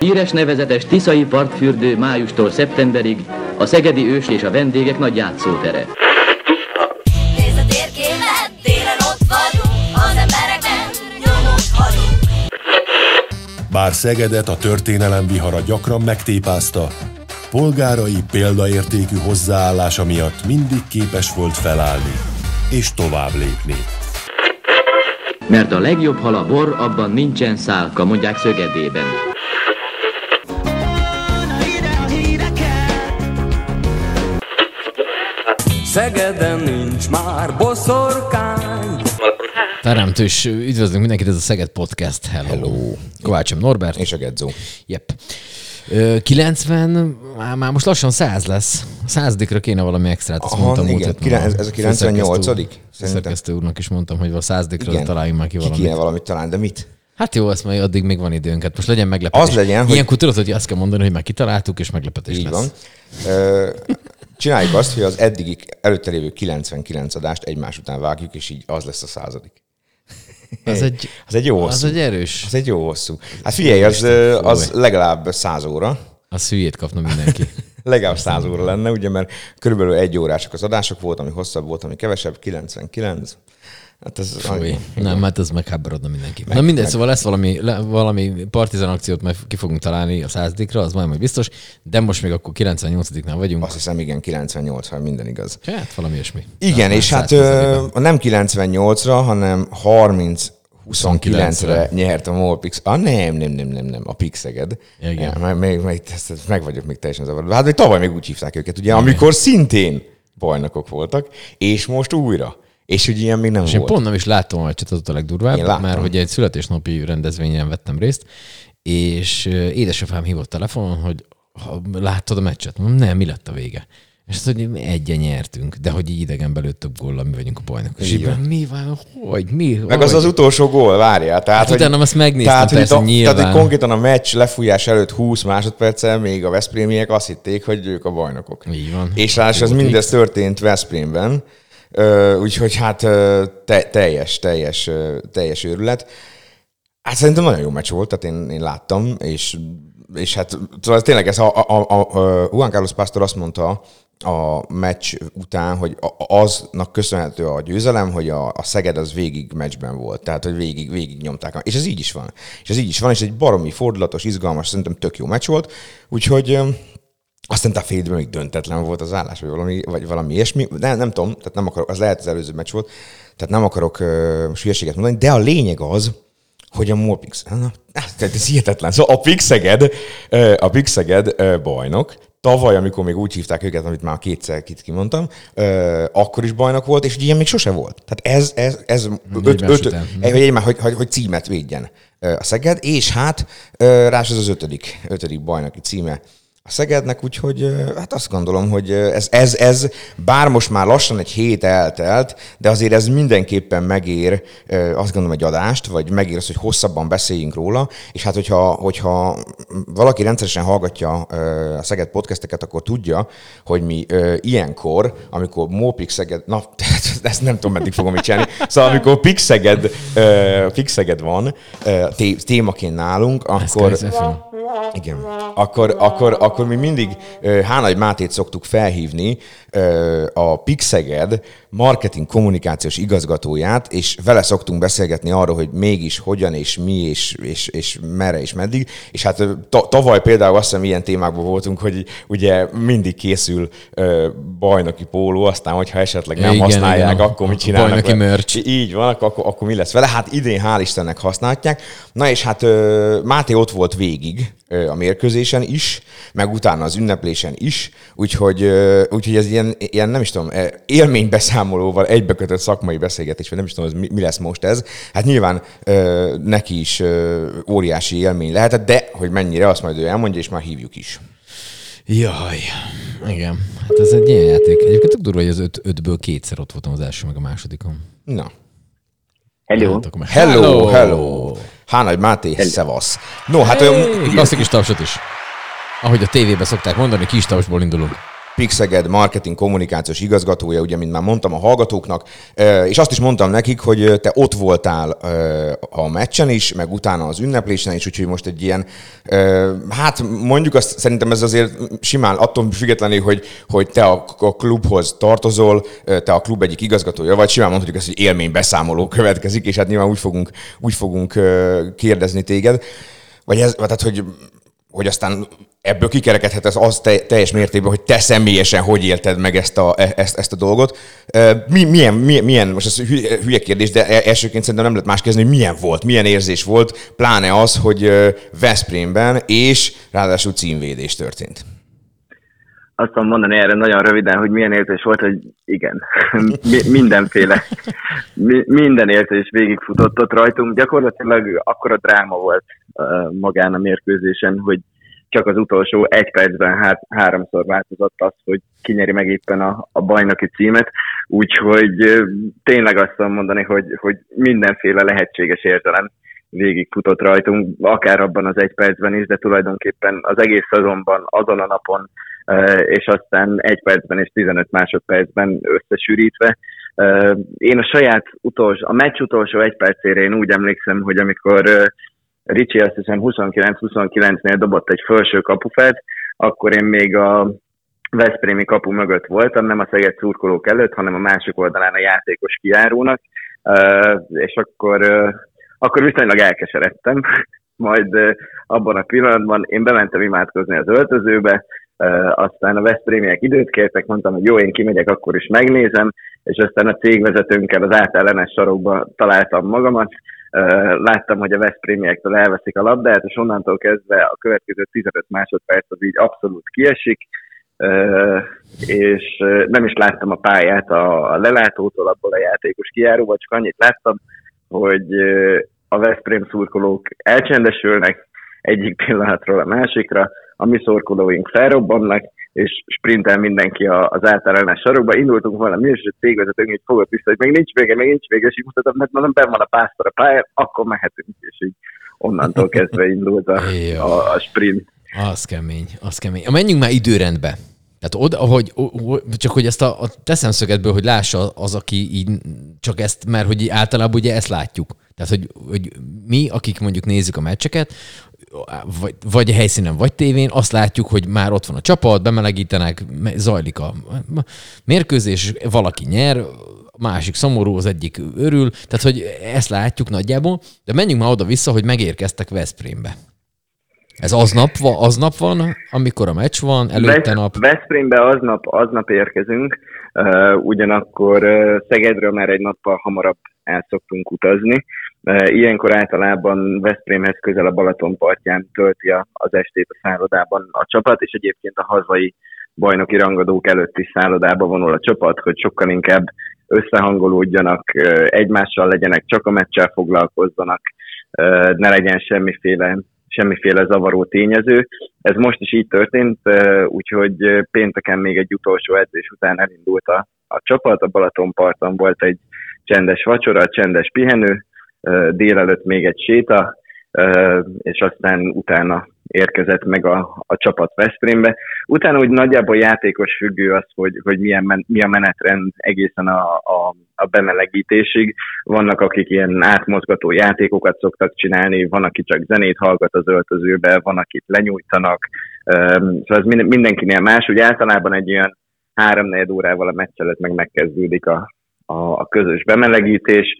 Híres nevezetes tiszai partfürdő májustól szeptemberig a szegedi ős és a vendégek nagy játszótere. Nézd a térképet, télen ott vagyunk, az embereknek nyomot hagyunk. Bár Szegedet a történelem vihara gyakran megtépázta, polgárai példaértékű hozzáállása miatt mindig képes volt felállni és tovább lépni. Mert a legjobb hal a bor, abban nincsen szálka, mondják Szögedében. Szegeden nincs már boszorkány. Teremtős, üdvözlünk mindenkit, ez a Szeged Podcast. Hello. Kovácsom Norbert. És a Gedzó. Yep. 90, már most lassan 100 lesz. 100-dikra kéne valami extrát, azt mondtam. Igen, ez a 98-adik? Főszerkesztő úrnak is mondtam, hogy a 100-dikra találjunk már ki valamit. Ki kéne valamit találni, de mit? Hát jó, ezt majd addig még van időnk. Hát most legyen meglepetés. Az legyen, hogy... Ilyenkor tudod, hogy azt kell mondani, hogy már kitaláltuk, és meglepetés így lesz. van. Csináljuk azt, hogy az eddigi előtte lévő 99 adást egymás után vágjuk, és így az lesz a 100. Az egy jó hosszú. Az egy erős. Az egy jó hosszú. Hát figyelj, az legalább 100 óra. Az hülyét kapna mindenki. Legalább 100 óra lenne, ugye, mert körülbelül 1 órások az adások, volt, ami hosszabb, volt, ami kevesebb, 99. Hát ez nem, hát ez megháborodna mindenki. Na mindegy, szóval lesz valami partizán akciót, mert ki fogunk találni a 100-dikra, az majd biztos, de most még akkor 98-nál vagyunk. Azt hiszem, igen, 98, ha minden igaz. Hát valami ilyesmi. Igen, és hát nem 98-ra, hanem 29-re nyert a Molpix. Nem, a Pixeged. Igen. Meg vagyok még teljesen zavarodva. Hát még tavaly még úgy hívták őket, ugye, amikor szintén bajnokok voltak, és most újra. És ugye ilyen még nem és volt. Én pont nem is láttam a meccset, az a legdurvább, mert hogy egy születésnapi rendezvényen vettem részt, és édesapám hívott telefonon, hogy láttad a meccset? Mondom, nem, mi lett a vége? És azt mondja, hogy egyen nyertünk, de hogy így idegenbelül belőtt több góllal mi vagyunk a bajnok. És így mi van? Mi? Meg az utolsó gól, várjál. Tehát, hát utána azt megnéztem, persze, nyilván. Tehát, hogy konkrétan a meccs lefújás előtt 20 másodperccel még a veszprémiek azt hitték, hogy ők a bajnokok. Így van. És ráadásul ez mindez történt Veszprémben. Úgyhogy hát teljes őrület. Hát szerintem nagyon jó meccs volt, tehát én láttam, és hát szóval tényleg ez Juan Carlos Pastor azt mondta a meccs után, hogy aznak köszönhető a győzelem, hogy a Szeged az végig meccsben volt, tehát hogy végig nyomták. És ez így is van. És egy baromi fordulatos, izgalmas, szerintem tök jó meccs volt, úgyhogy aztán a fél időben még döntetlen volt az állás, vagy valami ilyesmi. Nem tudom, tehát nem akarok, az lehet az előző meccs volt, tehát nem akarok hülyeséget mondani, de a lényeg az, hogy a Molpix, ez hihetetlen. Szóval a Pixeged bajnok, tavaly, amikor még úgy hívták őket, amit már kétszer kimondtam, akkor is bajnok volt, és ilyen még sose volt. Tehát ez hogy címet védjen a Szeged, és hát rás az ötödik bajnoki címe a Szegednek, úgyhogy hát azt gondolom, hogy ez bár most már lassan egy hét eltelt, de azért ez mindenképpen megér, azt gondolom, egy adást, vagy megér az, hogy hosszabban beszéljünk róla, és hát hogyha valaki rendszeresen hallgatja a Szeged podcasteket, akkor tudja, hogy mi ilyenkor, amikor Molpix Szeged, ezt nem tudom, meddig fogom így csinálni, szóval amikor Pixeged van témaként nálunk, akkor... Igen. Akkor mi mindig Hánay Mátét szoktuk felhívni, a Pixeged marketing kommunikációs igazgatóját, és vele szoktunk beszélgetni arról, hogy mégis hogyan és mi és merre és meddig. És hát tavaly például azt hiszem ilyen témákban voltunk, hogy ugye mindig készül bajnoki póló, aztán hogyha esetleg nem használják, akkor mit csinálnak? Bajnoki merch. Így van, akkor mi lesz vele? Hát idén hál' Istennek használják. Na és hát Máté ott volt végig a mérkőzésen is, meg utána az ünneplésen is, úgyhogy ez ilyen nem is tudom, élménybeszámolóval egybekötött szakmai beszélgetés, vagy nem is tudom, mi lesz most ez. Hát nyilván neki is óriási élmény lehetett, de hogy mennyire, azt majd ő elmondja, és már hívjuk is. Jaj, igen. Hát ez egy ilyen játék. Egyébként tök durva, hogy az 5-ből kétszer ott voltam az első, meg a másodikon. Na. Hello. Hánay Máté, szevasz. No, hát klasszikus tapsot is. Ahogy a tévében szokták mondani, kis tapsból indulunk. PIK-Szeged marketing kommunikációs igazgatója, ugye, mint már mondtam a hallgatóknak, és azt is mondtam nekik, hogy te ott voltál a meccsen is, meg utána az ünneplésen is, úgyhogy most egy ilyen, hát mondjuk azt szerintem ez azért simán attól függetlenül, hogy te a klubhoz tartozol, te a klub egyik igazgatója vagy, simán mondhatjuk ezt, hogy élménybeszámoló következik, és hát nyilván úgy fogunk kérdezni téged, vagy ez, tehát hogy aztán ebből kikerekedhet az teljes mértékben, hogy te személyesen hogy élted meg ezt a dolgot. Milyen, most ez hülye kérdés, de elsőként szerintem nem lehet más kezdeni, hogy milyen volt, milyen érzés volt, pláne az, hogy Veszprémben és ráadásul címvédés történt. Azt tudom mondani erre nagyon röviden, hogy milyen érzés volt, hogy igen, minden érzés végigfutott ott rajtunk. Gyakorlatilag akkora dráma volt magán a mérkőzésen, hogy csak az utolsó 1 percben háromszor változott az, hogy kinyeri meg éppen a bajnoki címet. Úgyhogy tényleg azt tudom mondani, hogy mindenféle lehetséges érzelem végigfutott rajtunk, akár abban az 1 percben is, de tulajdonképpen az egész szezonban, azon a napon, és aztán 1 percben és 15 másodpercben összesűrítve. Én a meccs utolsó 1 percére én úgy emlékszem, hogy amikor Ricsi azt hiszem 29-29-nél dobott egy felső kapufát, akkor én még a veszprémi kapu mögött voltam, nem a Szeged szurkolók előtt, hanem a másik oldalán a játékos kijárónak, és akkor viszonylag elkeseredtem. Majd abban a pillanatban én bementem imádkozni az öltözőbe, aztán a veszprémiek időt kértek, mondtam, hogy jó, én kimegyek, akkor is megnézem, és aztán a cégvezetőnkkel az átellenes sarokba találtam magamat, láttam, hogy a veszprémiektől elveszik a labdát, és onnantól kezdve a következő 15 másodperc az így abszolút kiesik, és nem is láttam a pályát a lelátótól, abból a játékos kijáróval, csak annyit láttam, hogy a Veszprém szurkolók elcsendesülnek egyik pillanatról a másikra, a mi szurkolóink felrobbannak, és sprintel mindenki az általános sarokba. Indultunk volna mi, és a cégvezetőnk így fogott vissza, hogy még nincs vége, és így mutatom, mert mondom, benn van a pásztor a pályán, akkor mehetünk, és így onnantól kezdve indult a sprint. Az kemény. Menjünk már időrendbe. Tehát oda, csak hogy ezt a te szemszögedből, hogy lássa az, aki így csak ezt, mert hogy általában ugye ezt látjuk. Tehát, hogy mi, akik mondjuk nézzük a meccseket, vagy helyszínen, vagy tévén, azt látjuk, hogy már ott van a csapat, bemelegítenek, zajlik a mérkőzés, valaki nyer, a másik szomorú, az egyik örül, tehát, hogy ezt látjuk nagyjából, de menjünk már oda-vissza, hogy megérkeztek Veszprémbe. Ez aznap van, amikor a meccs van, előtte nap? Veszprémbe aznap érkezünk, ugyanakkor Szegedről már egy nappal hamarabb el szoktunk utazni. Ilyenkor általában Veszprémhez közel a Balaton partján tölti az estét a szállodában a csapat, és egyébként a hazai bajnoki rangadók előtt is szállodába vonul a csapat, hogy sokkal inkább összehangolódjanak, egymással legyenek, csak a meccsel foglalkozzanak, ne legyen semmiféle zavaró tényező. Ez most is így történt, úgyhogy pénteken még egy utolsó edzés után elindult a csapat, a Balatonparton volt egy csendes vacsora, csendes pihenő, délelőtt még egy séta, és aztán utána érkezett meg a csapat Veszprémbe. Utána úgy nagyjából játékos függő az, hogy mi a menetrend egészen a bemelegítésig. Vannak, akik ilyen átmozgató játékokat szoktak csinálni, van, aki csak zenét hallgat az öltözőbe, van, akit lenyújtanak. Szóval ez mindenkinél más, úgy általában egy olyan 3-4 órával a meccs előtt megkezdődik a közös bemelegítés,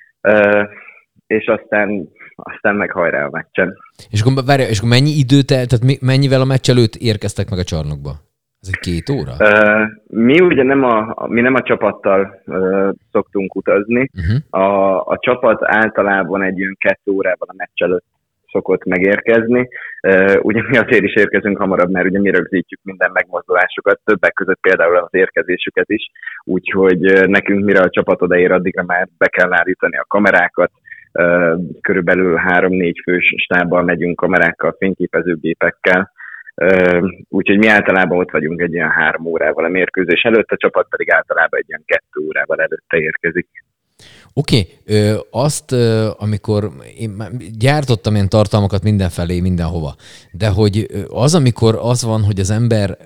és aztán meg hajrá a meccsen. És akkor mennyi időt, tehát mennyivel a meccs előtt érkeztek meg a csarnokba? Ez egy 2 óra? Mi ugye nem a csapattal szoktunk utazni. A csapat általában egy olyan 2 órában a meccs előtt szokott megérkezni. Ugye mi azért is érkezünk hamarabb, mert ugye mi rögzítjük minden megmozdulásukat, többek között például az érkezésüket is, úgyhogy nekünk mire a csapat odaér, addigra már be kell állítani a kamerákat, körülbelül 3-4 fős stábbal megyünk kamerákkal, fényképezőgépekkel, úgyhogy mi általában ott vagyunk egy ilyen 3 órával a mérkőzés előtt, a csapat pedig általában egy ilyen 2 órával előtte érkezik. Oké, azt, amikor én gyártottam ilyen tartalmakat mindenfelé, mindenhova, de hogy az, amikor az van, hogy az ember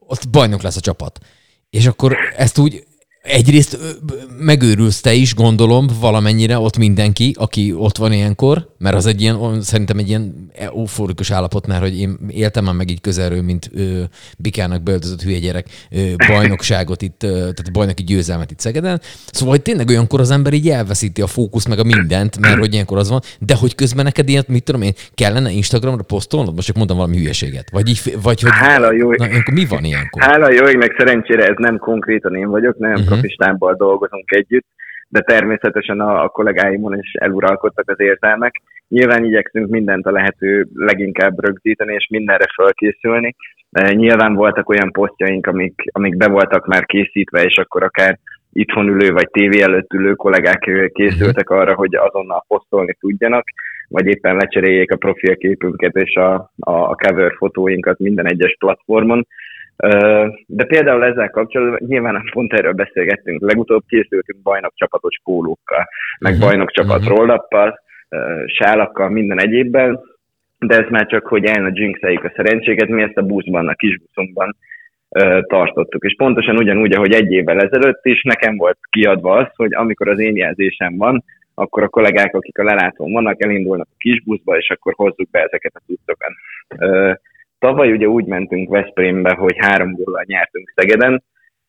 ott bajnok lesz a csapat. És akkor ezt úgy egyrészt megőrülsz te is, gondolom, valamennyire ott mindenki, aki ott van ilyenkor, mert az egy ilyen, szerintem egy ilyen euforikus állapot, mert hogy én éltem már meg így közelről, mint bikának beöltözött hülye gyerek bajnokságot itt, tehát bajnoki győzelmet itt Szegeden. Szóval, hogy tényleg olyankor az ember így elveszíti a fókuszt, meg a mindent, mert hogy ilyenkor az van, de hogy közben neked ilyet, mit tudom én, kellene Instagramra posztolnod? Most csak mondtam valami hülyeséget. Vagy hogy... Hála jó. Na, mi van ilyenkor? Hála jó, meg szerencsére ez nem konkrétan én vagyok, nem profistábbal dolgozunk együtt, de természetesen a kollégáimon is eluralkodtak az érzelmek. Nyilván igyekszünk mindent a lehető leginkább rögzíteni, és mindenre felkészülni. Nyilván voltak olyan posztjaink, amik be voltak már készítve, és akkor akár itthon ülő vagy tévé előtt ülő kollégák készültek arra, hogy azonnal posztolni tudjanak, vagy éppen lecseréljék a profilképünket és a cover fotóinkat minden egyes platformon. De például ezzel kapcsolatban nyilván pont erről beszélgettünk. Legutóbb készültünk bajnokcsapatos pólókkal, meg bajnokcsapat rollappal, sálakkal, minden egyébben, de ez már csak, hogy jinxeljük a szerencséget, mi ezt a buszban, a kis buszunkban tartottuk. És pontosan ugyanúgy, ahogy egy évvel ezelőtt is, nekem volt kiadva az, hogy amikor az én jelzésem van, akkor a kollégák, akik a lelátón vannak, elindulnak a kis buszba, és akkor hozzuk be ezeket a cuccokat. Tavaly ugye úgy mentünk Veszprémbe, hogy 3-0 nyertünk Szegeden,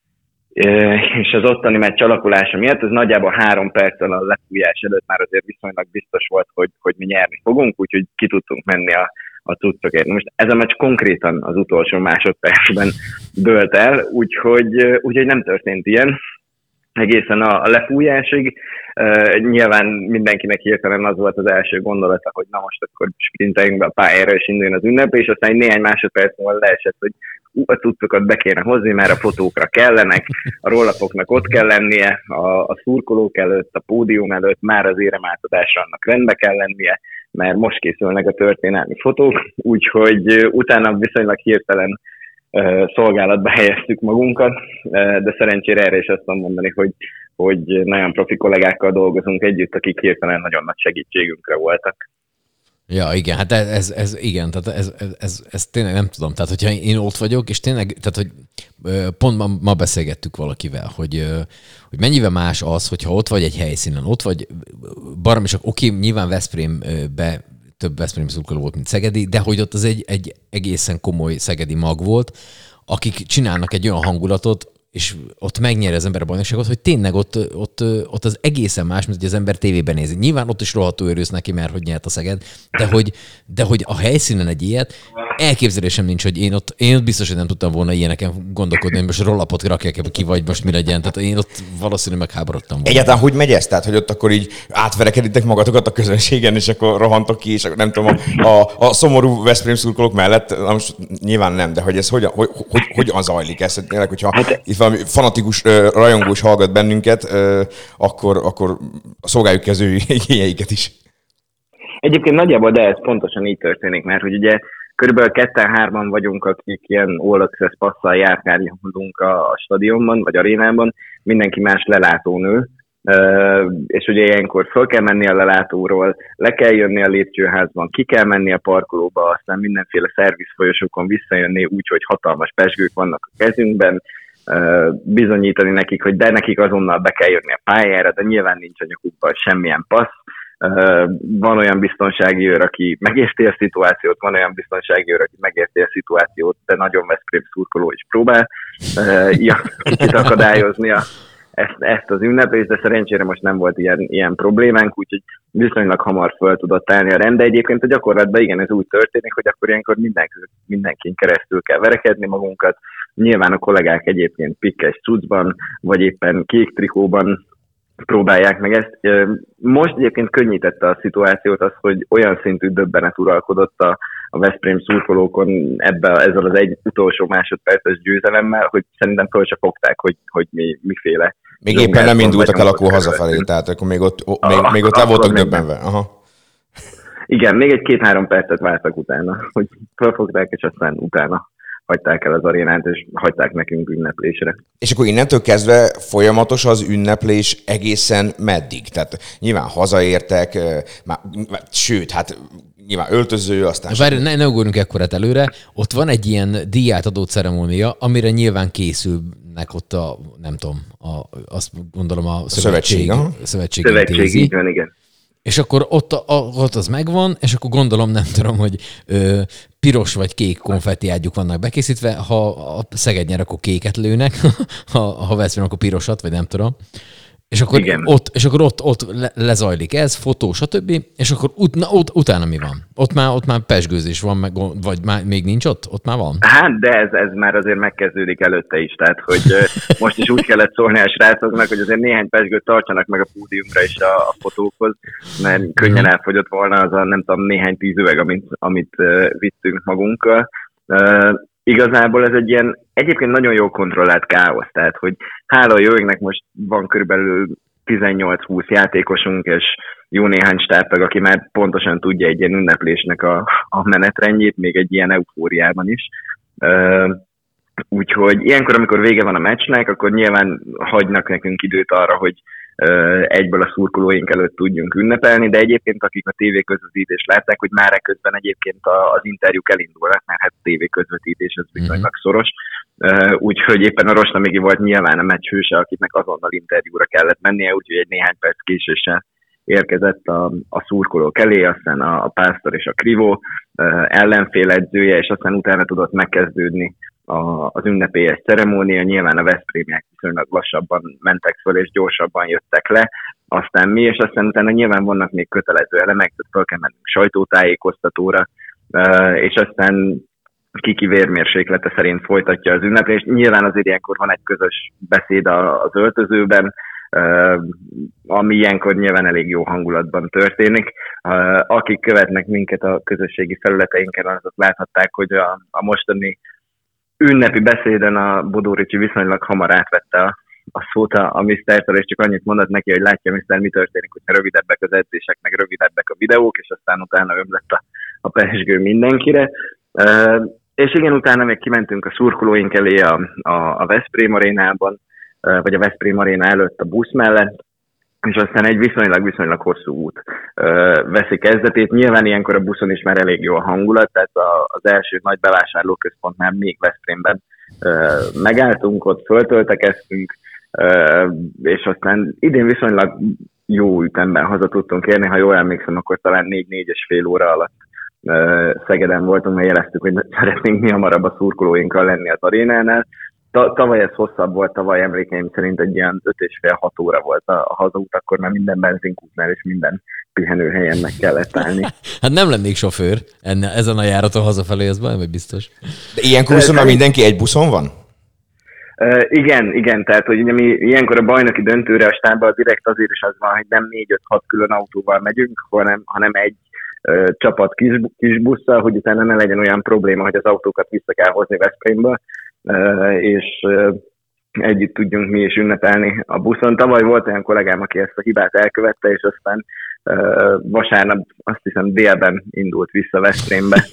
és az ottani meccs alakulása miatt, ez nagyjából 3 perccel a lefújás előtt már azért viszonylag biztos volt, hogy mi nyerni fogunk, úgyhogy ki tudtunk menni a cuccokért. Most ez a meccs konkrétan az utolsó másodpercben dőlt el, úgyhogy nem történt ilyen. Egészen a lefújásig. Nyilván mindenkinek hirtelen az volt az első gondolata, hogy na most akkor sprinteljünk be a pályára, és induljon az ünnep, és aztán néhány másodperc múlva leesett, hogy a cuccokat be kéne hozni, mert a fotókra kellenek, a rollapoknak ott kell lennie, a szurkolók előtt, a pódium előtt már az éremátadásra annak rendbe kell lennie, mert most készülnek a történelmi fotók, úgyhogy utána viszonylag hirtelen szolgálatba helyeztük magunkat, de szerencsére erre is azt tudom mondani, hogy nagyon profi kollégákkal dolgozunk együtt, akik hirtelen nagyon nagy segítségünkre voltak. Ja, igen, hát igen, tehát ez tényleg nem tudom. Tehát, hogyha én ott vagyok, és tényleg, tehát, hogy pont ma beszélgettük valakivel, hogy mennyivel más az, hogyha ott vagy egy helyszínen, ott vagy baromi csak, oké, nyilván Veszprémbe több veszprémi szurkoló volt, mint szegedi, de hogy ott az egy egészen komoly szegedi mag volt, akik csinálnak egy olyan hangulatot, és ott megnyer az ember a bajnokságot, hogy tényleg ott az egészen más, mint hogy az ember tévében nézi. Nyilván ott is rohadtul örülsz neki, mert hogy nyert a Szeged, de hogy a helyszínen egy ilyet, elképzelésem nincs, hogy én ott biztos, hogy nem tudtam volna ilyeneken gondolkodni, hogy most rollapot rakják ki, vagy most mi legyen. Tehát én ott valószínűleg megháborodtam volna. Egyáltalán hogy megy ez? Tehát, hogy ott akkor így átverekedítek magatokat a közönségen, és akkor rohantok ki, és akkor nem tudom, a szomorú Veszprém szurkolók mellett, most nyilván nem, de hogy ez hogyan zajlik ez? Tényleg, hogyha itt valami fanatikus rajongós hallgat bennünket, akkor szolgáljuk ki az ő igényeiket is. Egyébként nagyjából, de ez pontosan így történik, mert hogy ugye körülbelül 2-3 vagyunk, akik ilyen all access passzal járkálunk a stadionban, vagy arénában, mindenki más lelátónő, és ugye ilyenkor föl kell menni a lelátóról, le kell jönni a lépcsőházban, ki kell menni a parkolóba, aztán mindenféle szervizfolyosókon visszajönni úgy, hogy hatalmas pezsgők vannak a kezünkben, bizonyítani nekik, hogy de nekik azonnal be kell jönni a pályára, de nyilván nincs a nyakukban semmilyen passz. Van olyan biztonsági őr, aki megérti a szituációt, van olyan biztonsági őr, aki megérti a szituációt, de nagyon Veszprém szurkoló is próbál kicsit akadályozni ezt az ünnepést, de szerencsére most nem volt ilyen problémánk, úgyhogy viszonylag hamar föl tudott állni a rend, de egyébként a gyakorlatban igen, ez úgy történik, hogy akkor ilyenkor mindenkin keresztül kell verekedni magunkat. Nyilván a kollégák egyébként pikkes cuccban, vagy éppen kék trikóban próbálják meg ezt. Most egyébként könnyítette a szituációt az, hogy olyan szintű döbbenet uralkodott a Veszprém szurkolókon ezzel az egy utolsó másodperces győzelemmel, hogy szerintem föl se fogták, hogy miféle. Még éppen nem indultak el akkor hazafelé, tehát akkor még ott le voltak döbbenve. Aha. Igen, még egy 2-3 percet vártak utána, hogy fölfogták, és aztán utána hagyták el az arénát, és hagyták nekünk ünneplésre. És akkor innentől kezdve folyamatos az ünneplés egészen meddig? Tehát nyilván hazaértek, sőt, hát nyilván öltöző, aztán... Várj, ne ugorjunk ekkorát előre. Ott van egy ilyen díjátadó ceremónia, amire nyilván készülnek ott a, nem tudom, azt gondolom a szövetség intézi. Igen. És akkor ott az megvan, és akkor gondolom, nem tudom, hogy piros vagy kék konfettiágyuk vannak bekészítve, ha a Szeged nyer, akkor kéket lőnek, ha Veszprém, akkor pirosat, vagy nem tudom. És akkor ott lezajlik ez, fotó, stb. És akkor utána mi van? Ott már pezsgőzés van, vagy már még nincs ott? Ott már van? Hát, de ez már azért megkezdődik előtte is, tehát hogy most is úgy kellett szólni a srácoknak, hogy azért néhány pezsgőt tartsanak meg a pódiumra is a fotókhoz, mert könnyen elfogyott volna az a nem tudom, néhány 10 üveg, amit vittünk magunkkal. Igazából ez egy ilyen egyébként nagyon jó kontrollált káosz, tehát hogy hála a jó égnek most van körülbelül 18-20 játékosunk, és jó néhány stábtag, aki már pontosan tudja egy ilyen ünneplésnek a menetrendjét, még egy ilyen eufóriában is. Úgyhogy ilyenkor, amikor vége van a meccsnek, akkor nyilván hagynak nekünk időt arra, hogy egyből a szurkolóink előtt tudjunk ünnepelni, de egyébként akik a tévéközvetítést látták, hogy már ekközben egyébként az interjúk elindulnak, mert hát tévéközvetítés ez viszonylag szoros, úgyhogy éppen a Rostamigi volt nyilván a meccs hőse, akiknek azonnal interjúra kellett mennie, úgyhogy egy néhány perc késéssel érkezett a szurkolók elé, aztán a Pásztor és a Krivó ellenfél edzője, és aztán utána tudott megkezdődni az ünnepélyes ceremónia, nyilván a veszprémiek viszonylag lassabban mentek föl, és gyorsabban jöttek le, aztán mi, és aztán utána nyilván vannak még kötelező elemek, tehát föl kell mennünk sajtótájékoztatóra, és aztán kiki vérmérséklete szerint folytatja az ünneplést. Nyilván azért ilyenkor van egy közös beszéd az öltözőben, ami ilyenkor nyilván elég jó hangulatban történik. Akik követnek minket a közösségi felületeinken, azok láthatták, hogy a mostani ünnepi beszéden a Bodó Ricsi viszonylag hamar átvette a szót a Mr-től, és csak annyit mondott neki, hogy látja Mr. mi történik, hogyha rövidebbek az edzések, meg rövidebbek a videók, és aztán utána ömlett a pezsgő mindenkire. És igen, utána még kimentünk a szurkolóink elé a Veszprém arénában, vagy a Veszprém aréna előtt a busz mellett, és aztán egy viszonylag hosszú út veszi kezdetét. Nyilván ilyenkor a buszon is már elég jó a hangulat, tehát az első nagy bevásárlóközpontnál még Veszprémben megálltunk, ott föltöltekeztünk, és aztán idén viszonylag jó ütemben haza tudtunk érni, ha jól emlékszem, akkor talán 4-4,5 óra alatt Szegeden voltunk, mert jeleztük, hogy szeretnénk mi hamarabb a szurkolóinkkal lenni az arénánál. Tavaly ez hosszabb volt, tavaly emlékeim szerint egy ilyen 5,5-6 óra volt a hazaút, akkor már minden benzinkútnál és minden pihenőhelyen meg kellett állni. Hát nem lennék sofőr ezen a járaton hazafelé, ez baj, vagy biztos. De ilyenkor viszont mindenki egy buszon van? Igen, tehát hogy ugye mi ilyenkor a bajnoki döntőre a stábban direkt azért is az van, hogy nem 4-5-6 külön autóval megyünk, hanem egy csapat kis busszal, hogy utána ne legyen olyan probléma, hogy az autókat vissza kell hozni Veszprémből, és együtt tudjunk mi is ünnepelni a buszon. Tavaly volt olyan kollégám, aki ezt a hibát elkövette, és aztán vasárnap azt hiszem délben indult vissza Veszprémbe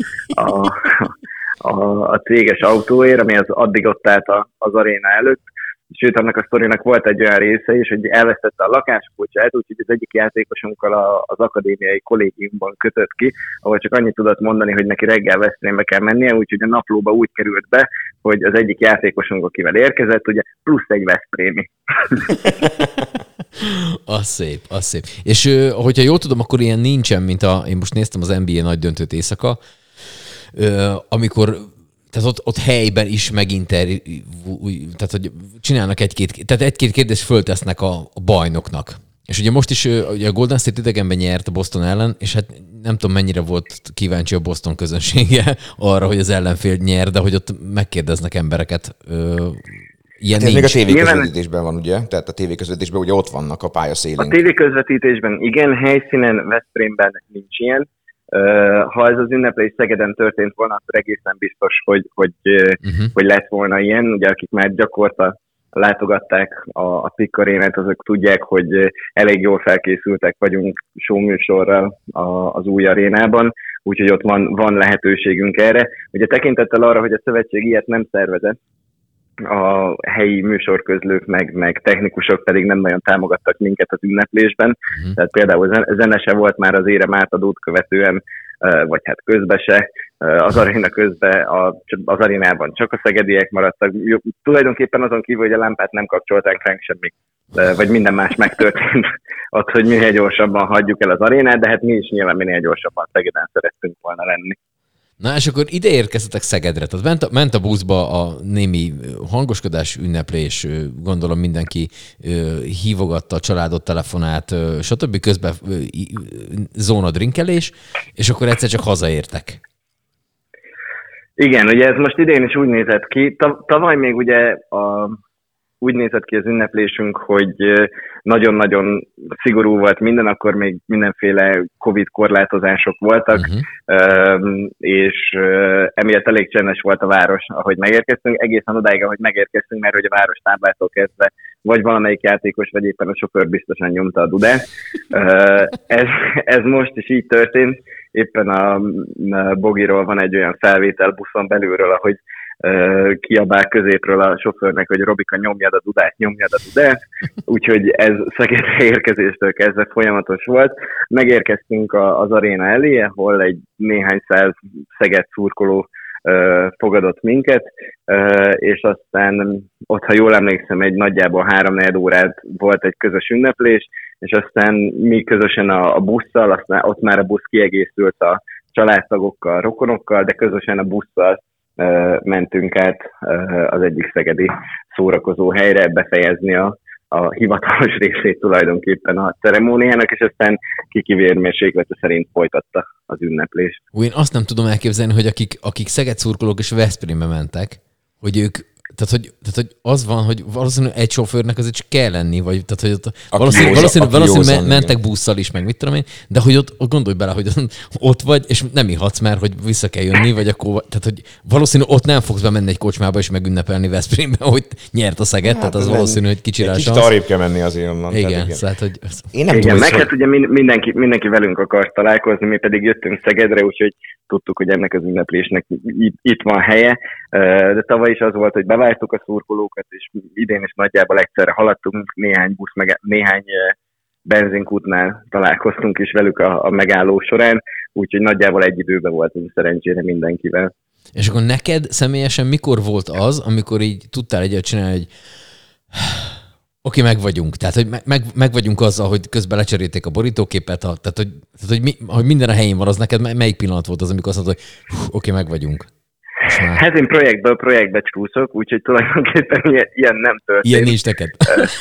a céges autóért, ami az addig ott állt az aréna előtt. Sőt, annak a sztorinak volt egy olyan része is, hogy elvesztette a lakáskócsát, úgyhogy az egyik játékosunkkal az akadémiai kollégiumban kötött ki, ahol csak annyit tudott mondani, hogy neki reggel Veszprémbe kell mennie, úgyhogy a naplóba úgy került be, hogy az egyik játékosunk, akivel érkezett, ugye plusz egy veszprémi. Az szép. És hogyha jól tudom, akkor ilyen nincsen, mint én most néztem az NBA nagy döntőt éjszaka, amikor tehát ott helyben is tehát hogy csinálnak egy-két kérdést föltesznek a bajnoknak. És ugye most is ugye a Golden State idegenben nyert a Boston ellen, és hát nem tudom mennyire volt kíváncsi a Boston közönsége arra, hogy az ellenfél nyer, de hogy ott megkérdeznek embereket. Ilyen ez még a tévéközvetítésben van, ugye? Tehát a tévéközvetítésben ugye ott vannak a pályaszélén. A tévéközvetítésben igen, helyszínen Veszprémben nincs ilyen. Ha ez az ünneplés Szegeden történt volna, akkor egészen biztos, hogy lett volna ilyen. Ugye akik már gyakorta látogatták a PIK arénát, azok tudják, hogy elég jól felkészültek vagyunk showműsorral az új arénában, úgyhogy ott van lehetőségünk erre. Ugye tekintettel arra, hogy a szövetség ilyet nem szervezett, a helyi műsorközlők meg technikusok pedig nem nagyon támogattak minket az ünneplésben. Tehát például zene se volt már az érem átadót követően vagy hát közbe se. Az aréna közben az arénában csak a szegediek maradtak. Tulajdonképpen azon kívül, hogy a lámpát nem kapcsolták ránk semmi, vagy minden más megtörtént ott, hogy minél gyorsabban hagyjuk el az arénát, de hát mi is nyilván minél gyorsabban Szegeden szerettünk volna lenni. Na, és akkor ide érkeztetek Szegedre. Tehát ment a buszba a némi hangoskodás, ünneplés, gondolom mindenki hívogatta a családot, telefonát, stb. Közben zónadrinkelés, és akkor egyszer csak hazaértek. Igen, ugye ez most idén is úgy nézett ki. Tavaly még ugye úgy nézett ki az ünneplésünk, hogy nagyon-nagyon szigorú volt minden, akkor még mindenféle Covid korlátozások voltak, és emiatt elég csendes volt a város, ahogy megérkeztünk, egészen odáig, ahogy megérkeztünk, mert hogy a város táblától kezdve vagy valamelyik játékos, vagy éppen a sofőr biztosan nyomta a dudát. Ez most is így történt. Éppen a Bogiról van egy olyan felvétel buszon belülről, ahogy kiabál középről a sofőrnek, hogy Robika, nyomjad a dudát, úgyhogy ez Szegedre érkezéstől kezdve folyamatos volt. Megérkeztünk az aréna elé, ahol egy néhány száz Szeged szurkoló fogadott minket, és aztán ott, ha jól emlékszem, egy nagyjából 3-4 órát volt egy közös ünneplés, és aztán mi közösen a busszal, aztán ott már a busz kiegészült a családtagokkal, rokonokkal, de közösen a busszal mentünk át az egyik szegedi szórakozó helyre befejezni a hivatalos részét tulajdonképpen a ceremóniának, és aztán Kiki vérmérséklete szerint folytatta az ünneplést. Én azt nem tudom elképzelni, hogy akik Szeged szurkolók és Veszprémbe mentek, hogy ők, tehát hogy az van, hogy valószínűleg egy sofőrnek azért csak kell lenni, vagy tehát, hogy valószínűleg mentek busszal is, meg mit tudom én, de hogy ott gondolj bele, hogy ott vagy, és nem ihatsz már, hogy vissza kell jönni, vagy akkor, tehát hogy valószínűleg ott nem fogsz bemenni egy kocsmába és megünnepelni Veszprémbe, hogy nyert a Szeged, tehát az valószínű, hogy kicsi rá kicsit arrébb kell menni azért onnan. Igen, tehát, hogy... Én nem tudom, meg hát ugye mindenki velünk akart találkozni, mi pedig jöttünk Szegedre, úgyhogy tudtuk, hogy ennek az ünneplésnek itt van helye, de tavaly is az volt, hogy beváltuk a szurkolókat, és idén is nagyjából egyszerre haladtunk, néhány benzinkútnál találkoztunk is velük a megálló során, úgyhogy nagyjából egy időben voltunk szerencsére mindenkivel. És akkor neked személyesen mikor volt az, amikor így tudtál egyet csinálni, hogy oké, meg vagyunk. Tehát, hogy meg vagyunk azzal, hogy közben lecserélték a borítóképet, tehát, hogy minden a helyén van, az neked melyik pillanat volt az, amikor azt mondod, hogy oké, meg vagyunk. Hát én projektből projektbe csúszok, úgyhogy tulajdonképpen ilyen nem történt. Ilyen nincs neked?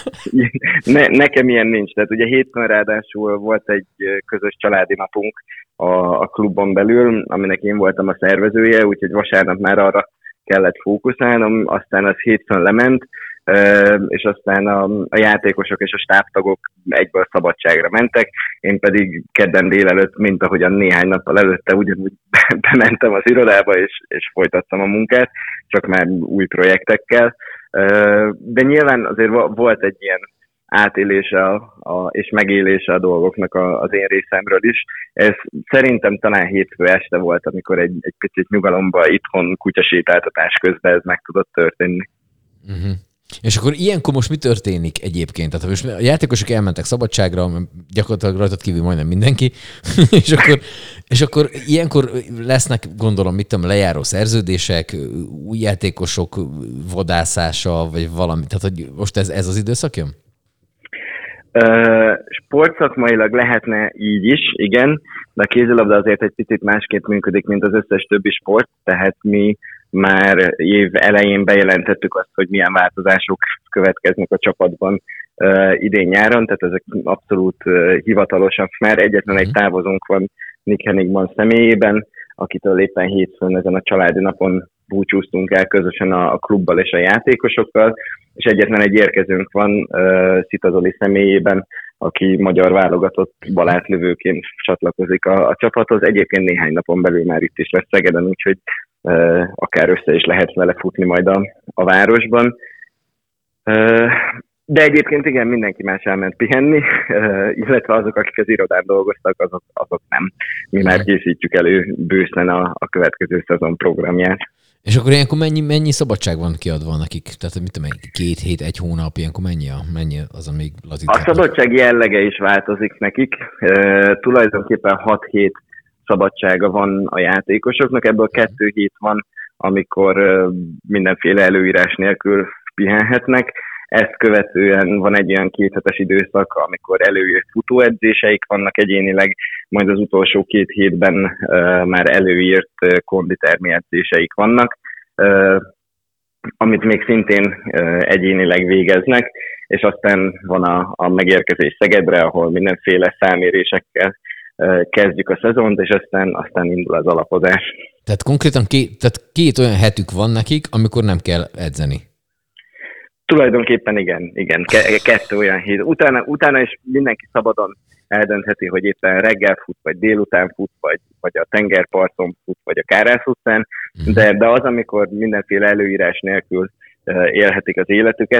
Nekem ilyen nincs. Tehát ugye hétfőn ráadásul volt egy közös családi napunk a klubon belül, aminek én voltam a szervezője, úgyhogy vasárnap már arra kellett fókuszálnom, aztán az hétfőn lement, és aztán a játékosok és a stábtagok egyből szabadságra mentek, én pedig kedden délelőtt, mint ahogyan néhány nappal előtte ugyanúgy bementem az irodába, és folytattam a munkát, csak már új projektekkel. De nyilván azért volt egy ilyen átélése és megélése a dolgoknak az én részemről is. Ez szerintem talán hétfő este volt, amikor egy picit nyugalomba itthon kutyasétáltatás közben ez meg tudott történni. Uh-huh. És akkor ilyenkor most mi történik egyébként? Tehát most a játékosok elmentek szabadságra, gyakorlatilag rajtad kívül majdnem mindenki, és akkor ilyenkor lesznek, gondolom, mit tudom, lejáró szerződések, új játékosok vadászása, vagy valami. Tehát, hogy most ez az időszak jön? Sportszakmailag lehetne így is, igen, de a kézilabda azért egy picit másképp működik, mint az összes többi sport, tehát mi már év elején bejelentettük azt, hogy milyen változások következnek a csapatban idén-nyáron, tehát ezek abszolút hivatalosak már. Egyetlen egy távozónk van Nick Henigman személyében, akitől éppen hétfőn ezen a családi napon búcsúztunk el közösen a klubbal és a játékosokkal, és egyetlen egy érkezőnk van Szita Zoli személyében, aki magyar válogatott balátlövőként csatlakozik a csapathoz. Egyébként néhány napon belül már itt is lesz Szegeden, úgyhogy akár össze is lehet vele futni majd a városban. De egyébként igen, mindenki más elment pihenni, illetve azok, akik az irodán dolgoztak, azok nem. Mi már készítjük elő bőszen a következő szezon programját. És akkor ilyenkor mennyi szabadság van kiadva nekik? Tehát mit tudom, 2 hét, 1 hónap, ilyenkor mennyi az, amíg lazíthatnak? A szabadság jellege is változik nekik. Tulajdonképpen 6 hét szabadsága van a játékosoknak, ebből 2 hét van, amikor mindenféle előírás nélkül pihenhetnek. Ezt követően van egy olyan 2 hetes időszak, amikor előírt futóedzéseik vannak egyénileg, majd az utolsó 2 hétben már előírt konditermi edzéseik vannak, amit még szintén egyénileg végeznek, és aztán van a megérkezés Szegedre, ahol mindenféle felmérésekkel kezdjük a szezont, és aztán indul az alapozás. Tehát konkrétan két olyan hetük van nekik, amikor nem kell edzeni. Tulajdonképpen igen. 2 olyan hét. Utána is mindenki szabadon eldöntheti, hogy éppen reggel fut, vagy délután fut, vagy a tengerparton fut, vagy a Kárász utcán, de az, amikor mindenféle előírás nélkül élhetik az életüket,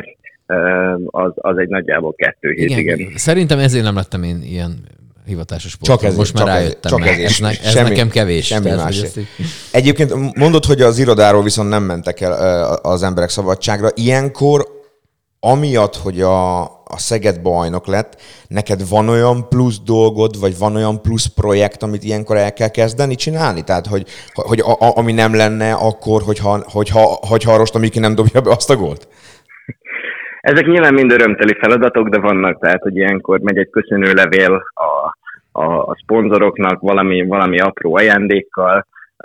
az egy nagyjából 2 hét, igen. Szerintem ezért nem lettem én ilyen hivatásos sportoló. Most már rájöttem. Ez nekem kevés. Semmi más. Egyébként mondod, hogy az irodáról viszont nem mentek el az emberek szabadságra. Ilyenkor, amiatt, hogy a Szeged bajnok lett, neked van olyan plusz dolgod, vagy van olyan plusz projekt, amit ilyenkor el kell kezdeni csinálni? Tehát, hogy ami nem lenne akkor, hogyha a Rostomiki nem dobja be azt a gólt? Ezek nyilván mind örömteli feladatok, de vannak, tehát, hogy ilyenkor megy egy köszönőlevél a szponzoroknak valami apró ajándékkal,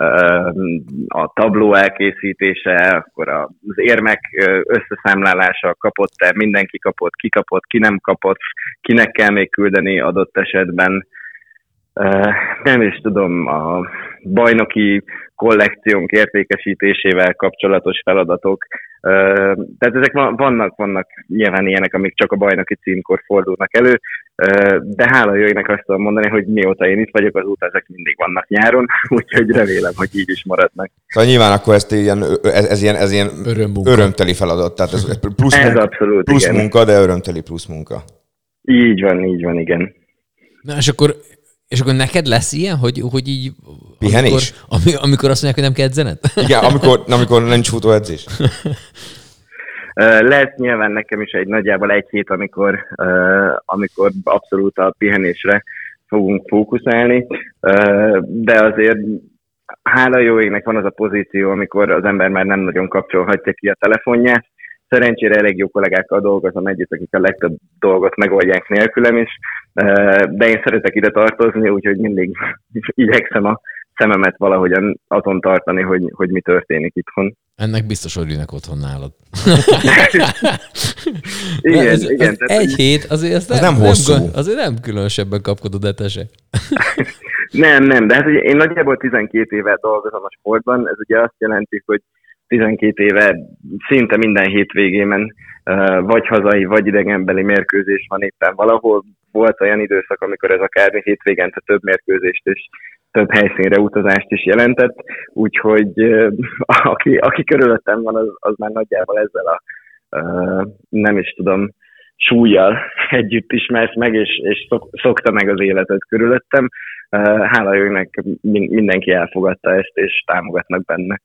a tabló elkészítése, akkor az érmek összeszámlálása, kapott-e, mindenki kapott, ki nem kapott, kinek kell még küldeni adott esetben. Nem is tudom, a bajnoki kollekciónk értékesítésével kapcsolatos feladatok. Tehát ezek vannak nyilván ilyenek, amik csak a bajnoki címkor fordulnak elő, de hála jöjjnek azt tudom mondani, hogy mióta én itt vagyok, azóta ezek mindig vannak nyáron, úgyhogy remélem, hogy így is maradnak. Szóval nyilván akkor ez ilyen örömteli feladat, tehát ez plusz munka, de örömteli plusz munka. Így van, igen. Na, és akkor neked lesz ilyen, hogy így... Pihenés? Amikor azt mondják, hogy nem kell edzened? Igen, amikor nincs futóedzés. Lesz nyilván nekem is egy nagyjából 1 hét, amikor abszolút a pihenésre fogunk fókuszálni, de azért hála jó égnek van az a pozíció, amikor az ember már nem nagyon kapcsolhatja ki a telefonját. Szerencsére elég jó kollégákkal dolgozom együtt, akik a legtöbb dolgot megoldják nélkülem is, de én szeretek ide tartozni, úgyhogy mindig igyekszem a szememet valahogyan azon tartani, hogy mi történik itthon. Ennek biztos örülnek otthon nálad. Igen. 1 hét, azért nem hosszú. Azért nem különösebben kapkodod etese. Nem, de hát ugye én nagyjából 12 éve dolgozom a sportban, ez ugye azt jelenti, hogy 12 éve szinte minden hétvégémen vagy hazai, vagy idegenbeli mérkőzés van éppen valahol. Volt olyan időszak, amikor ez akár hétvégente több mérkőzést és több helyszínre utazást is jelentett, úgyhogy aki körülöttem van, az már nagyjából ezzel a nem is tudom, súlyjal együtt ismert meg, és szokta meg az életet körülöttem. Hála őnek mindenki elfogadta ezt, és támogatnak benne.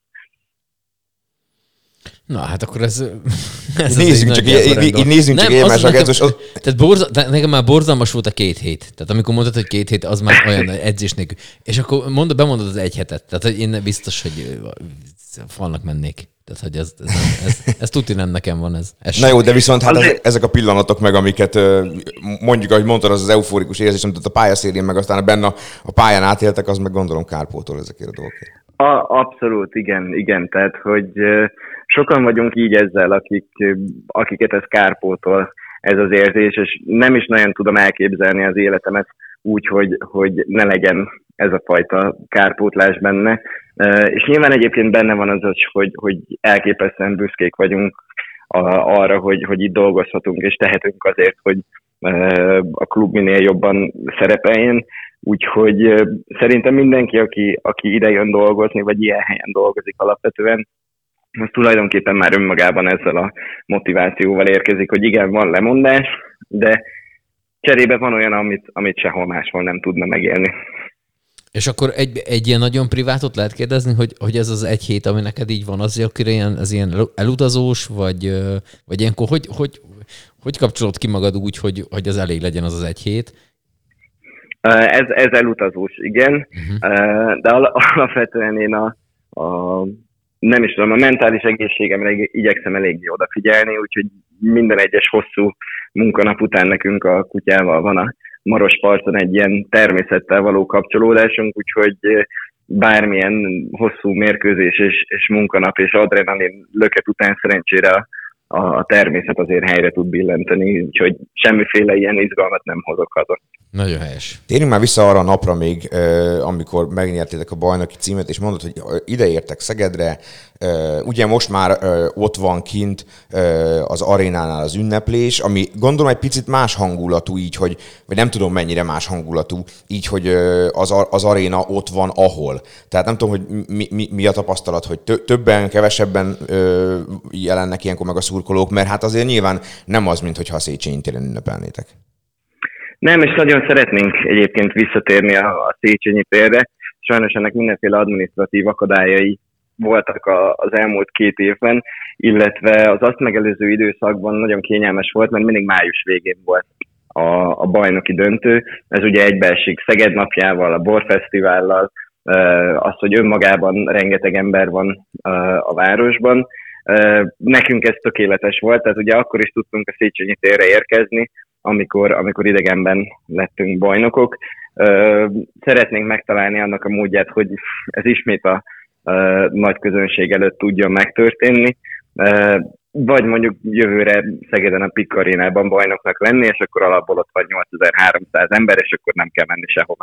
Na, hát akkor ez nézzünk csak egymásra. Tehát nekem már borzalmas volt a 2 hét. Tehát amikor mondtad, hogy 2 hét, az már olyan edzés nélkül. És akkor bemondod az 1 hetet. Tehát hogy én biztos, hogy falnak mennék. Tehát, hogy ez tuti nem nekem van ez. Na jó, de viszont hát ezek a pillanatok meg, amiket mondjuk, ahogy mondtad, az euforikus érzés, amit a pályaszélén meg aztán benne a pályán átéltek, az meg gondolom kárpótol ezekért a dolgokért. Abszolút, igen. Tehát, hogy sokan vagyunk így ezzel, akiket ez kárpótol, ez az érzés, és nem is nagyon tudom elképzelni az életemet úgy, hogy ne legyen ez a fajta kárpótlás benne. És nyilván egyébként benne van az, hogy elképesztően büszkék vagyunk arra, hogy itt dolgozhatunk, és tehetünk azért, hogy a klub minél jobban szerepeljen. Úgyhogy szerintem mindenki, aki ide jön dolgozni, vagy ilyen helyen dolgozik alapvetően, az tulajdonképpen már önmagában ezzel a motivációval érkezik, hogy igen, van lemondás, de cserébe van olyan, amit sehol máshol nem tudna megélni. És akkor egy ilyen nagyon privátot lehet kérdezni, hogy ez az 1 hét, ami neked így van, az ilyen elutazós, vagy ilyenkor hogy kapcsolod ki magad úgy, hogy az elég legyen az 1 hét? Ez elutazós, igen, de alapvetően én nem is tudom, a mentális egészségemre igyekszem eléggé odafigyelni, úgyhogy minden egyes hosszú munkanap után nekünk a kutyával van a Marosparton egy ilyen természettel való kapcsolódásunk, úgyhogy bármilyen hosszú mérkőzés és munkanap és adrenalin löket után szerencsére a természet azért helyre tud billenteni, úgyhogy semmiféle ilyen izgalmat nem hozok haza. Nagyon helyes. Térjünk már vissza arra a napra még, amikor megnyertétek a bajnoki címet, és mondod, hogy ide értek Szegedre. Ugye most már ott van kint az arénánál az ünneplés, ami gondolom egy picit más hangulatú, így, hogy, vagy nem tudom mennyire más hangulatú, így, hogy az aréna ott van, ahol. Tehát nem tudom, hogy mi a tapasztalat, hogy többen, kevesebben jelennek ilyenkor meg a szurkolók, mert hát azért nyilván nem az, mintha a Széchenyi téren ünnepelnétek. Nem, és nagyon szeretnénk egyébként visszatérni a Széchenyi térre. Sajnos ennek mindenféle adminisztratív akadályai voltak az elmúlt 2 évben, illetve az azt megelőző időszakban nagyon kényelmes volt, mert mindig május végén volt a bajnoki döntő. Ez ugye egybeesik Szeged napjával, a Borfesztivállal, az, hogy önmagában rengeteg ember van a városban. Nekünk ez tökéletes volt, tehát ugye akkor is tudtunk a Széchenyi térre érkezni, amikor idegenben lettünk bajnokok. Szeretnénk megtalálni annak a módját, hogy ez ismét a nagy közönség előtt tudjon megtörténni, vagy mondjuk jövőre Szegeden a PIK arénában bajnoknak lenni, és akkor alapból ott vagy 8300 ember, és akkor nem kell menni sehova.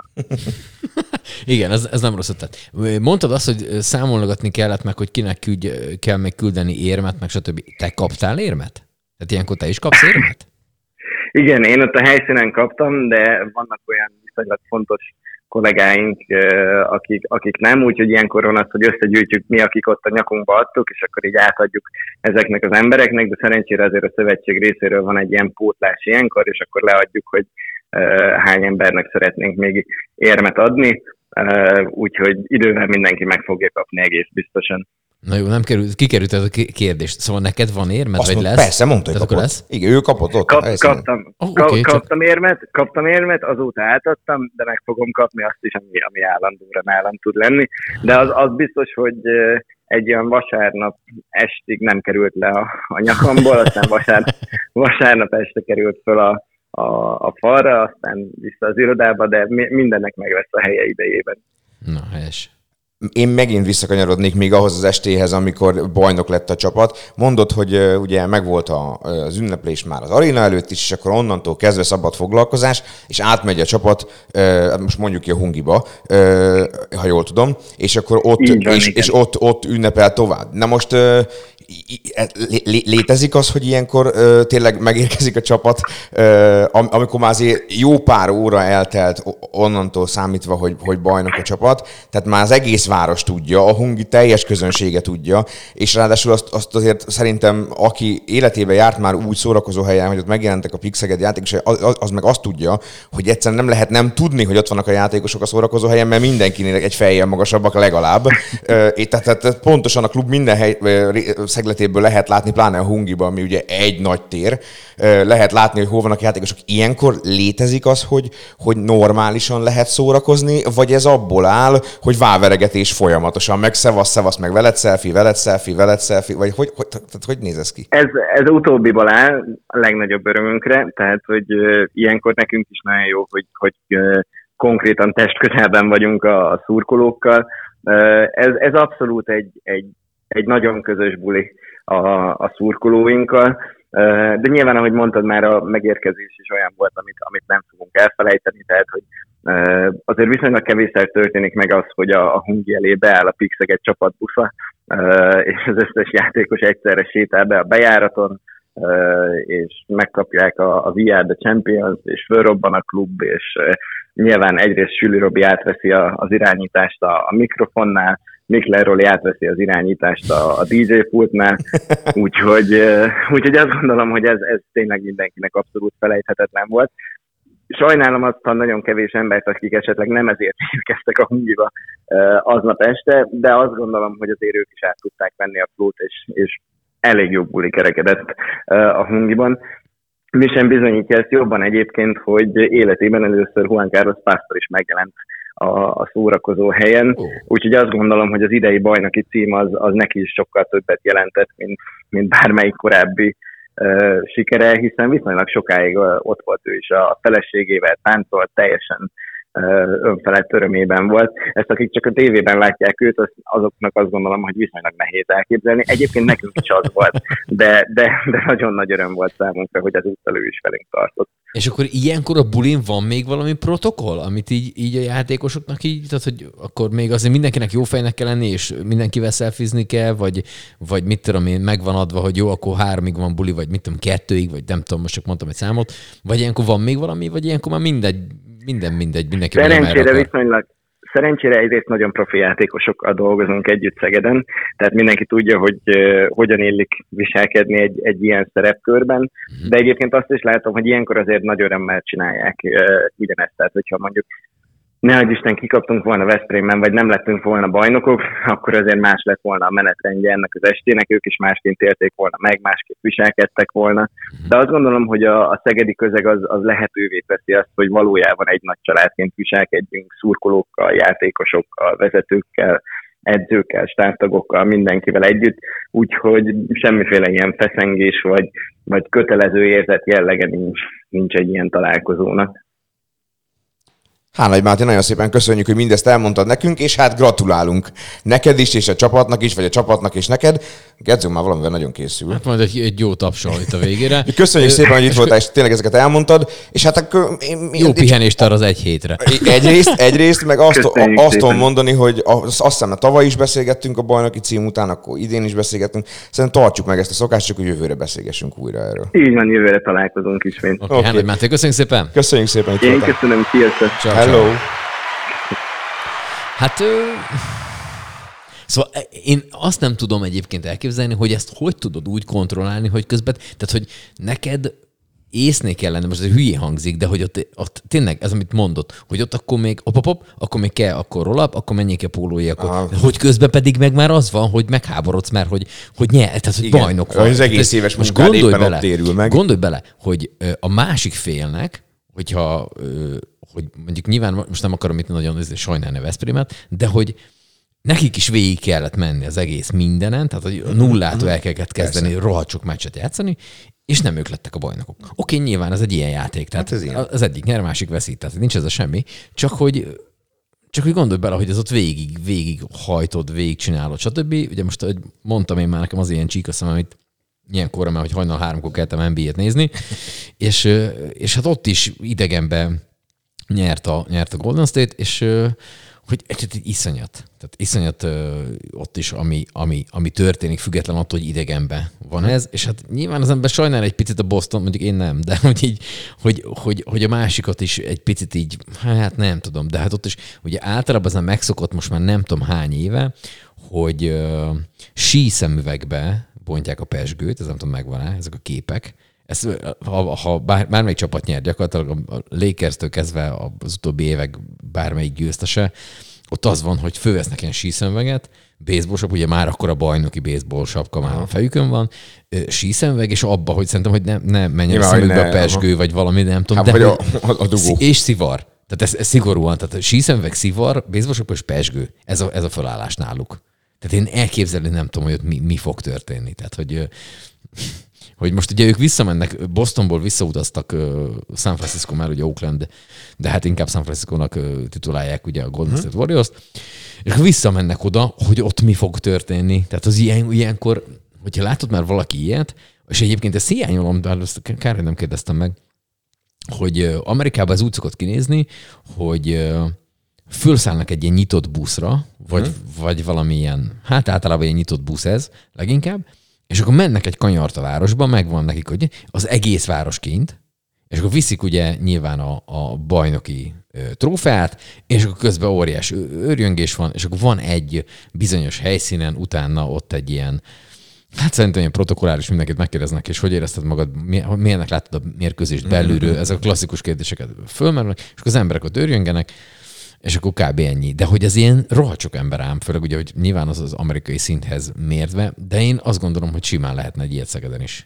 Igen, ez nem rossz ötlet. Mondtad azt, hogy számolgatni kellett meg, hogy kinek kell még küldeni érmet, meg stb. Te kaptál érmet? Tehát ilyenkor te is kapsz érmet? Igen, én ott a helyszínen kaptam, de vannak olyan viszonylag fontos kollégáink, akik nem, úgyhogy ilyenkor van az, hogy összegyűjtjük mi, akik ott a nyakunkba adtuk, és akkor így átadjuk ezeknek az embereknek, de szerencsére azért a szövetség részéről van egy ilyen pótlás ilyenkor, és akkor leadjuk, hogy hány embernek szeretnénk még érmet adni, úgyhogy idővel mindenki meg fogja kapni egész biztosan. Na jó, kikerült ez a kérdés. Szóval neked van érmed, vagy lesz? Persze, mondta, hogy kapott. Lesz? Igen, ő kapott ott. Kaptam érmet, azóta átadtam, de meg fogom kapni azt is, ami állandóra nálam tud lenni. De az biztos, hogy egy olyan vasárnap estig nem került le a nyakamból, aztán vasárnap este került föl a falra, aztán vissza az irodába, de mindennek meg lesz a helye idejében. Na, helyes. Én megint visszakanyarodnék még ahhoz az estéhez, amikor bajnok lett a csapat. Mondod, hogy ugye megvolt az ünneplés már az aréna előtt is, és akkor onnantól kezdve szabad foglalkozás, és átmegy a csapat, most mondjuk ki a Hungiba, ha jól tudom, és akkor ott ünnepel tovább. Na most létezik az, hogy ilyenkor tényleg megérkezik a csapat, amikor már azért jó pár óra eltelt onnantól számítva, hogy bajnok a csapat, tehát már az egész város tudja, a Hungi teljes közönsége tudja, és ráadásul azt azért szerintem, aki életében járt már úgy szórakozó helyen, hogy ott megjelentek a PIK Szeged játékosok, az meg azt tudja, hogy egyszerűen nem lehet nem tudni, hogy ott vannak a játékosok a szórakozó helyen, mert mindenkinél egy fejjel magasabbak legalább. Tehát pontosan a klub minden szegletéből lehet látni, pláne a Hungiban, ami ugye egy nagy tér, lehet látni, hogy hol vannak játékosok. Ilyenkor létezik az, hogy normálisan lehet szórakozni, vagy ez abból áll, hogy váveregetés folyamatosan, meg szevasz, meg veled selfie, vagy hogy néz ez ki? Ez utóbbiból áll a legnagyobb örömünkre, tehát, hogy ilyenkor nekünk is nagyon jó, hogy konkrétan testközelben vagyunk a szurkolókkal. Ez abszolút egy nagyon közös buli a szurkolóinkkal, de nyilván, ahogy mondtad, már a megérkezés is olyan volt, amit nem fogunk elfelejteni, tehát, hogy azért viszonylag kevésszer történik meg az, hogy a Hungi elé beáll a PIK Szeged csapatbusza, és az összes játékos egyszerre sétál be a bejáraton, és megkapják a We Are The Champions, és fölrobban a klub, és nyilván egyrészt Süli Robi átveszi az irányítást a mikrofonnál, Mikler Roli átveszi az irányítást a DJ pultnál, úgyhogy azt gondolom, hogy ez tényleg mindenkinek abszolút felejthetetlen volt. Sajnálom azt a nagyon kevés embert, akik esetleg nem ezért érkeztek a Hungiba aznap este, de azt gondolom, hogy azért ők is át tudták venni a flót, és elég jó buli kerekedett a Hungiban. Mi sem bizonyítja ezt jobban egyébként, hogy életében először Juan Carlos Pastor is megjelent a szórakozó helyen. Úgyhogy azt gondolom, hogy az idei bajnoki cím az neki is sokkal többet jelentett, mint bármelyik korábbi sikere, hiszen viszonylag sokáig ott volt ő is a feleségével, táncolt, teljesen önfelett örömében volt. Ezt akik csak a tévében látják őt, azoknak azt gondolom, hogy viszonylag nehéz elképzelni. Egyébként nekünk is az volt, de nagyon nagy öröm volt számunkra, hogy ezúttal ő is velünk tartott. És akkor ilyenkor a bulin van még valami protokoll, amit így a játékosoknak így, tehát hogy akkor még azért mindenkinek jó fejnek kell lenni, és mindenkivel szelfizni kell, vagy mit tudom én, megvan adva, hogy jó, akkor 3-ig van buli, vagy mit tudom, 2-ig, vagy nem tudom, most csak mondtam egy számot, vagy ilyenkor van még valami, vagy ilyenkor már mindenki Szerencsére egyrészt nagyon profi játékosokkal dolgozunk együtt Szegeden, tehát mindenki tudja, hogy hogyan illik viselkedni egy ilyen szerepkörben, de egyébként azt is látom, hogy ilyenkor azért nagy örömmel csinálják ugyanezt, tehát hogyha mondjuk nehogy Isten kikaptunk volna Veszprémben, vagy nem lettünk volna bajnokok, akkor azért más lett volna a menetrendje ennek az estének, ők is másként élték volna meg, másképp viselkedtek volna. De azt gondolom, hogy a szegedi közeg az lehetővé teszi azt, hogy valójában egy nagy családként viselkedjünk szurkolókkal, játékosokkal, vezetőkkel, edzőkkel, stábtagokkal, mindenkivel együtt, úgyhogy semmiféle ilyen feszengés vagy kötelező érzet jellege nincs egy ilyen találkozónak. Hánay Máté, nagyon szépen köszönjük, hogy mindezt elmondtad nekünk, és hát gratulálunk neked is, és a csapatnak is, vagy a csapatnak és neked. Gedzó már valamivel nagyon készül. Hát majd egy jó tapsol itt a végére. Köszönjük szépen, hogy itt voltál, és tényleg ezeket elmondtad. És hát akkor... Jó pihenést arra az egy hétre. Egyrészt meg azt tudom mondani, hogy azt hiszem, tavaly is beszélgettünk a bajnoki cím után, akkor idén is beszélgettünk. Szerintem tartsuk meg ezt a szokást, csak hogy jövőre beszélgessünk újra erről. Így van, jövőre találkozunk ismét. Oké, Hánay Máté, köszönjük szépen. Köszönjük szépen, hogy én köszönöm, sziasztok. Hello. Hát... Szóval én azt nem tudom egyébként elképzelni, hogy ezt hogy tudod úgy kontrollálni, hogy közben, tehát hogy neked észné kellene, most ez hülyén hangzik, de hogy ott tényleg ez, amit mondott, hogy ott akkor még akkor még kell, akkor roll-up, akkor menjék a pólói, akkor, hogy közben pedig meg már az van, hogy megháborodsz már, hogy tehát hogy bajnok vagy. Az egész éves munkád éppen ott térül meg. Gondolj bele, hogy a másik félnek, hogyha hogy mondjuk nyilván most nem akarom itt nagyon sajnálni a Veszprémet, de hogy nekik is végig kellett menni az egész mindenen, tehát hogy nullától el kellett kezdeni rohadt sok meccset játszani, és nem ők lettek a bajnokok. Oké, nyilván ez egy ilyen játék, tehát hát az egyik nyer, másik veszít, tehát nincs ez a semmi, csak hogy gondolj bele, hogy ez ott végig hajtod, végig csinálod, stb. Ugye most, ahogy mondtam én már, nekem az ilyen csíkaszem, amit ilyenkorra, mert hogy hajnal 3-kor kellettem NBA-t nézni, és hát ott is idegenben nyert a Golden State, és hogy iszonyat. Tehát iszonyat ott is, ami történik, független attól, hogy idegenben van ez, és hát nyilván az ember sajnál egy picit a Boston, mondjuk én nem, de hogy a másikat is egy picit így, hát nem tudom, de hát ott is ugye általában az megszokott most már nem tudom hány éve, hogy síszemüvegbe bontják a pezsgőt, ez nem tudom megvan-e, ezek a képek. Ha bármelyik csapat nyer, gyakorlatilag a Lakers-től kezdve az utóbbi évek bármelyik győztese, ott az van, hogy fölvesznek ilyen síszemüveget, baseball sapka, ugye már akkor a bajnoki baseball sapka már a fejükön van, síszemüveg, és abba, hogy szerintem, hogy ne menjen a szemükbe a pezsgő, vagy valami, nem tudom. Hát, de a dugó. És szivar. Tehát ez szigorúan, tehát síszemüveg, szivar, baseball sapka és pezsgő. Ez a felállás náluk. Tehát én elképzelni nem tudom, hogy ott mi fog történni. Tehát, hogy most ugye ők visszamennek, Bostonból visszautaztak San Francisco, már ugye Oakland, de hát inkább San Francisco-nak titulálják ugye a Golden State Warriors-t, és akkor visszamennek oda, hogy ott mi fog történni. Tehát az ilyenkor, hogyha látod már valaki ilyet, és egyébként ezt hiányolom, de ezt kár, nem kérdeztem meg, hogy Amerikában ez úgy szokott kinézni, hogy fölszállnak egy ilyen nyitott buszra, vagy valamilyen, hát általában ilyen nyitott busz ez leginkább, és akkor mennek egy kanyart a városba, megvan nekik, hogy az egész város kint, és akkor viszik ugye nyilván a bajnoki trófeát, és akkor közben óriás őrjöngés van, és akkor van egy bizonyos helyszínen, utána ott egy ilyen, hát szerintem ilyen protokolláris, mindenkit megkérdeznek, és hogy érezted magad, milyennek láttad a mérkőzést belülről, ezek a klasszikus kérdéseket fölmerülnek, és akkor az emberek ott őrjöngenek, és akkor kb. Ennyi. De hogy az ilyen rohadt sok ember ám, főleg ugye, hogy nyilván az amerikai szinthez mértve, de én azt gondolom, hogy simán lehetne egy ilyet Szegeden is.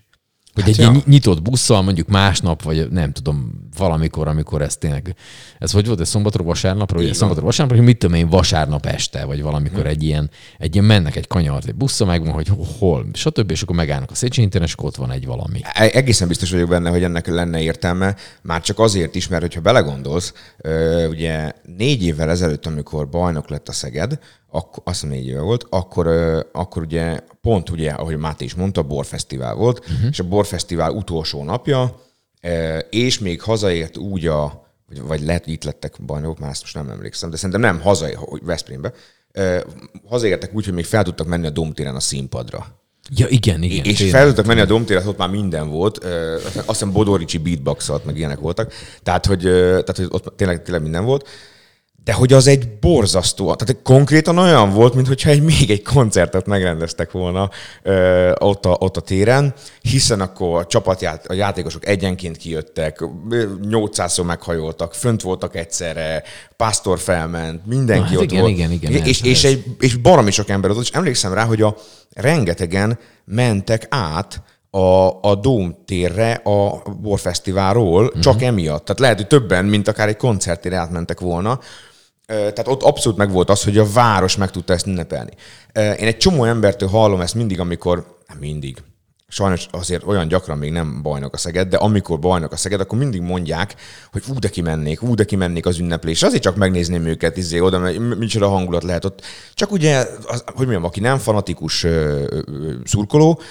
Hogy egy ilyen nyitott busszal mondjuk másnap, vagy nem tudom, valamikor, amikor ez tényleg, ez hogy volt, ez szombatról vasárnapra, vagy szombatról vasárnapra, hogy mit tudom én, vasárnap este, vagy valamikor egy ilyen mennek egy kanyart, egy busszal megvan, hogy hol, stb. És akkor megállnak a Széchenyi téren, és ott van egy valami. Egészen biztos vagyok benne, hogy ennek lenne értelme, már csak azért is, mert hogyha belegondolsz, ugye 4 évvel ezelőtt, amikor bajnok lett a Szeged, azt 4 éve volt, akkor ugye pont ugye, ahogy Máté is mondta, borfesztivál volt, és a borfesztivál utolsó napja, és még hazaért úgy vagy lehet, hogy itt lettek bajnokok, már ezt most nem emlékszem, de szerintem nem Veszprémbe, hazaértek úgy, hogy még fel tudtak menni a Dómtéren a színpadra. Ja, igen. És fel tudtak menni a Dómtérre, ott már minden volt. Azt hiszem Bodoricsi beatboxolt, meg ilyenek voltak. Tehát, hogy ott tényleg minden volt. De hogy az egy borzasztó, tehát konkrétan olyan volt, mintha még egy koncertet megrendeztek volna ott a téren, hiszen akkor a játékosok egyenként kijöttek, 800-szor meghajoltak, fönt voltak egyszerre, Pásztor felment, mindenki ott volt. Igen, és baromi sok ember ott, és emlékszem rá, hogy rengetegen mentek át a Dómtérre a borfesztiválról, csak emiatt. Tehát lehet, hogy többen, mint akár egy koncertére átmentek volna. Tehát ott abszolút meg volt az, hogy a város meg tudta ezt ünnepelni. Én egy csomó embertől hallom ezt mindig, sajnos azért olyan gyakran még nem bajnok a Szeged, de amikor bajnok a Szeged, akkor mindig mondják, hogy ú, de kimennék az ünneplésre. Azért csak megnézném őket, oda, mert micsoda hangulat lehet ott. Csak ugye, aki nem fanatikus szurkoló,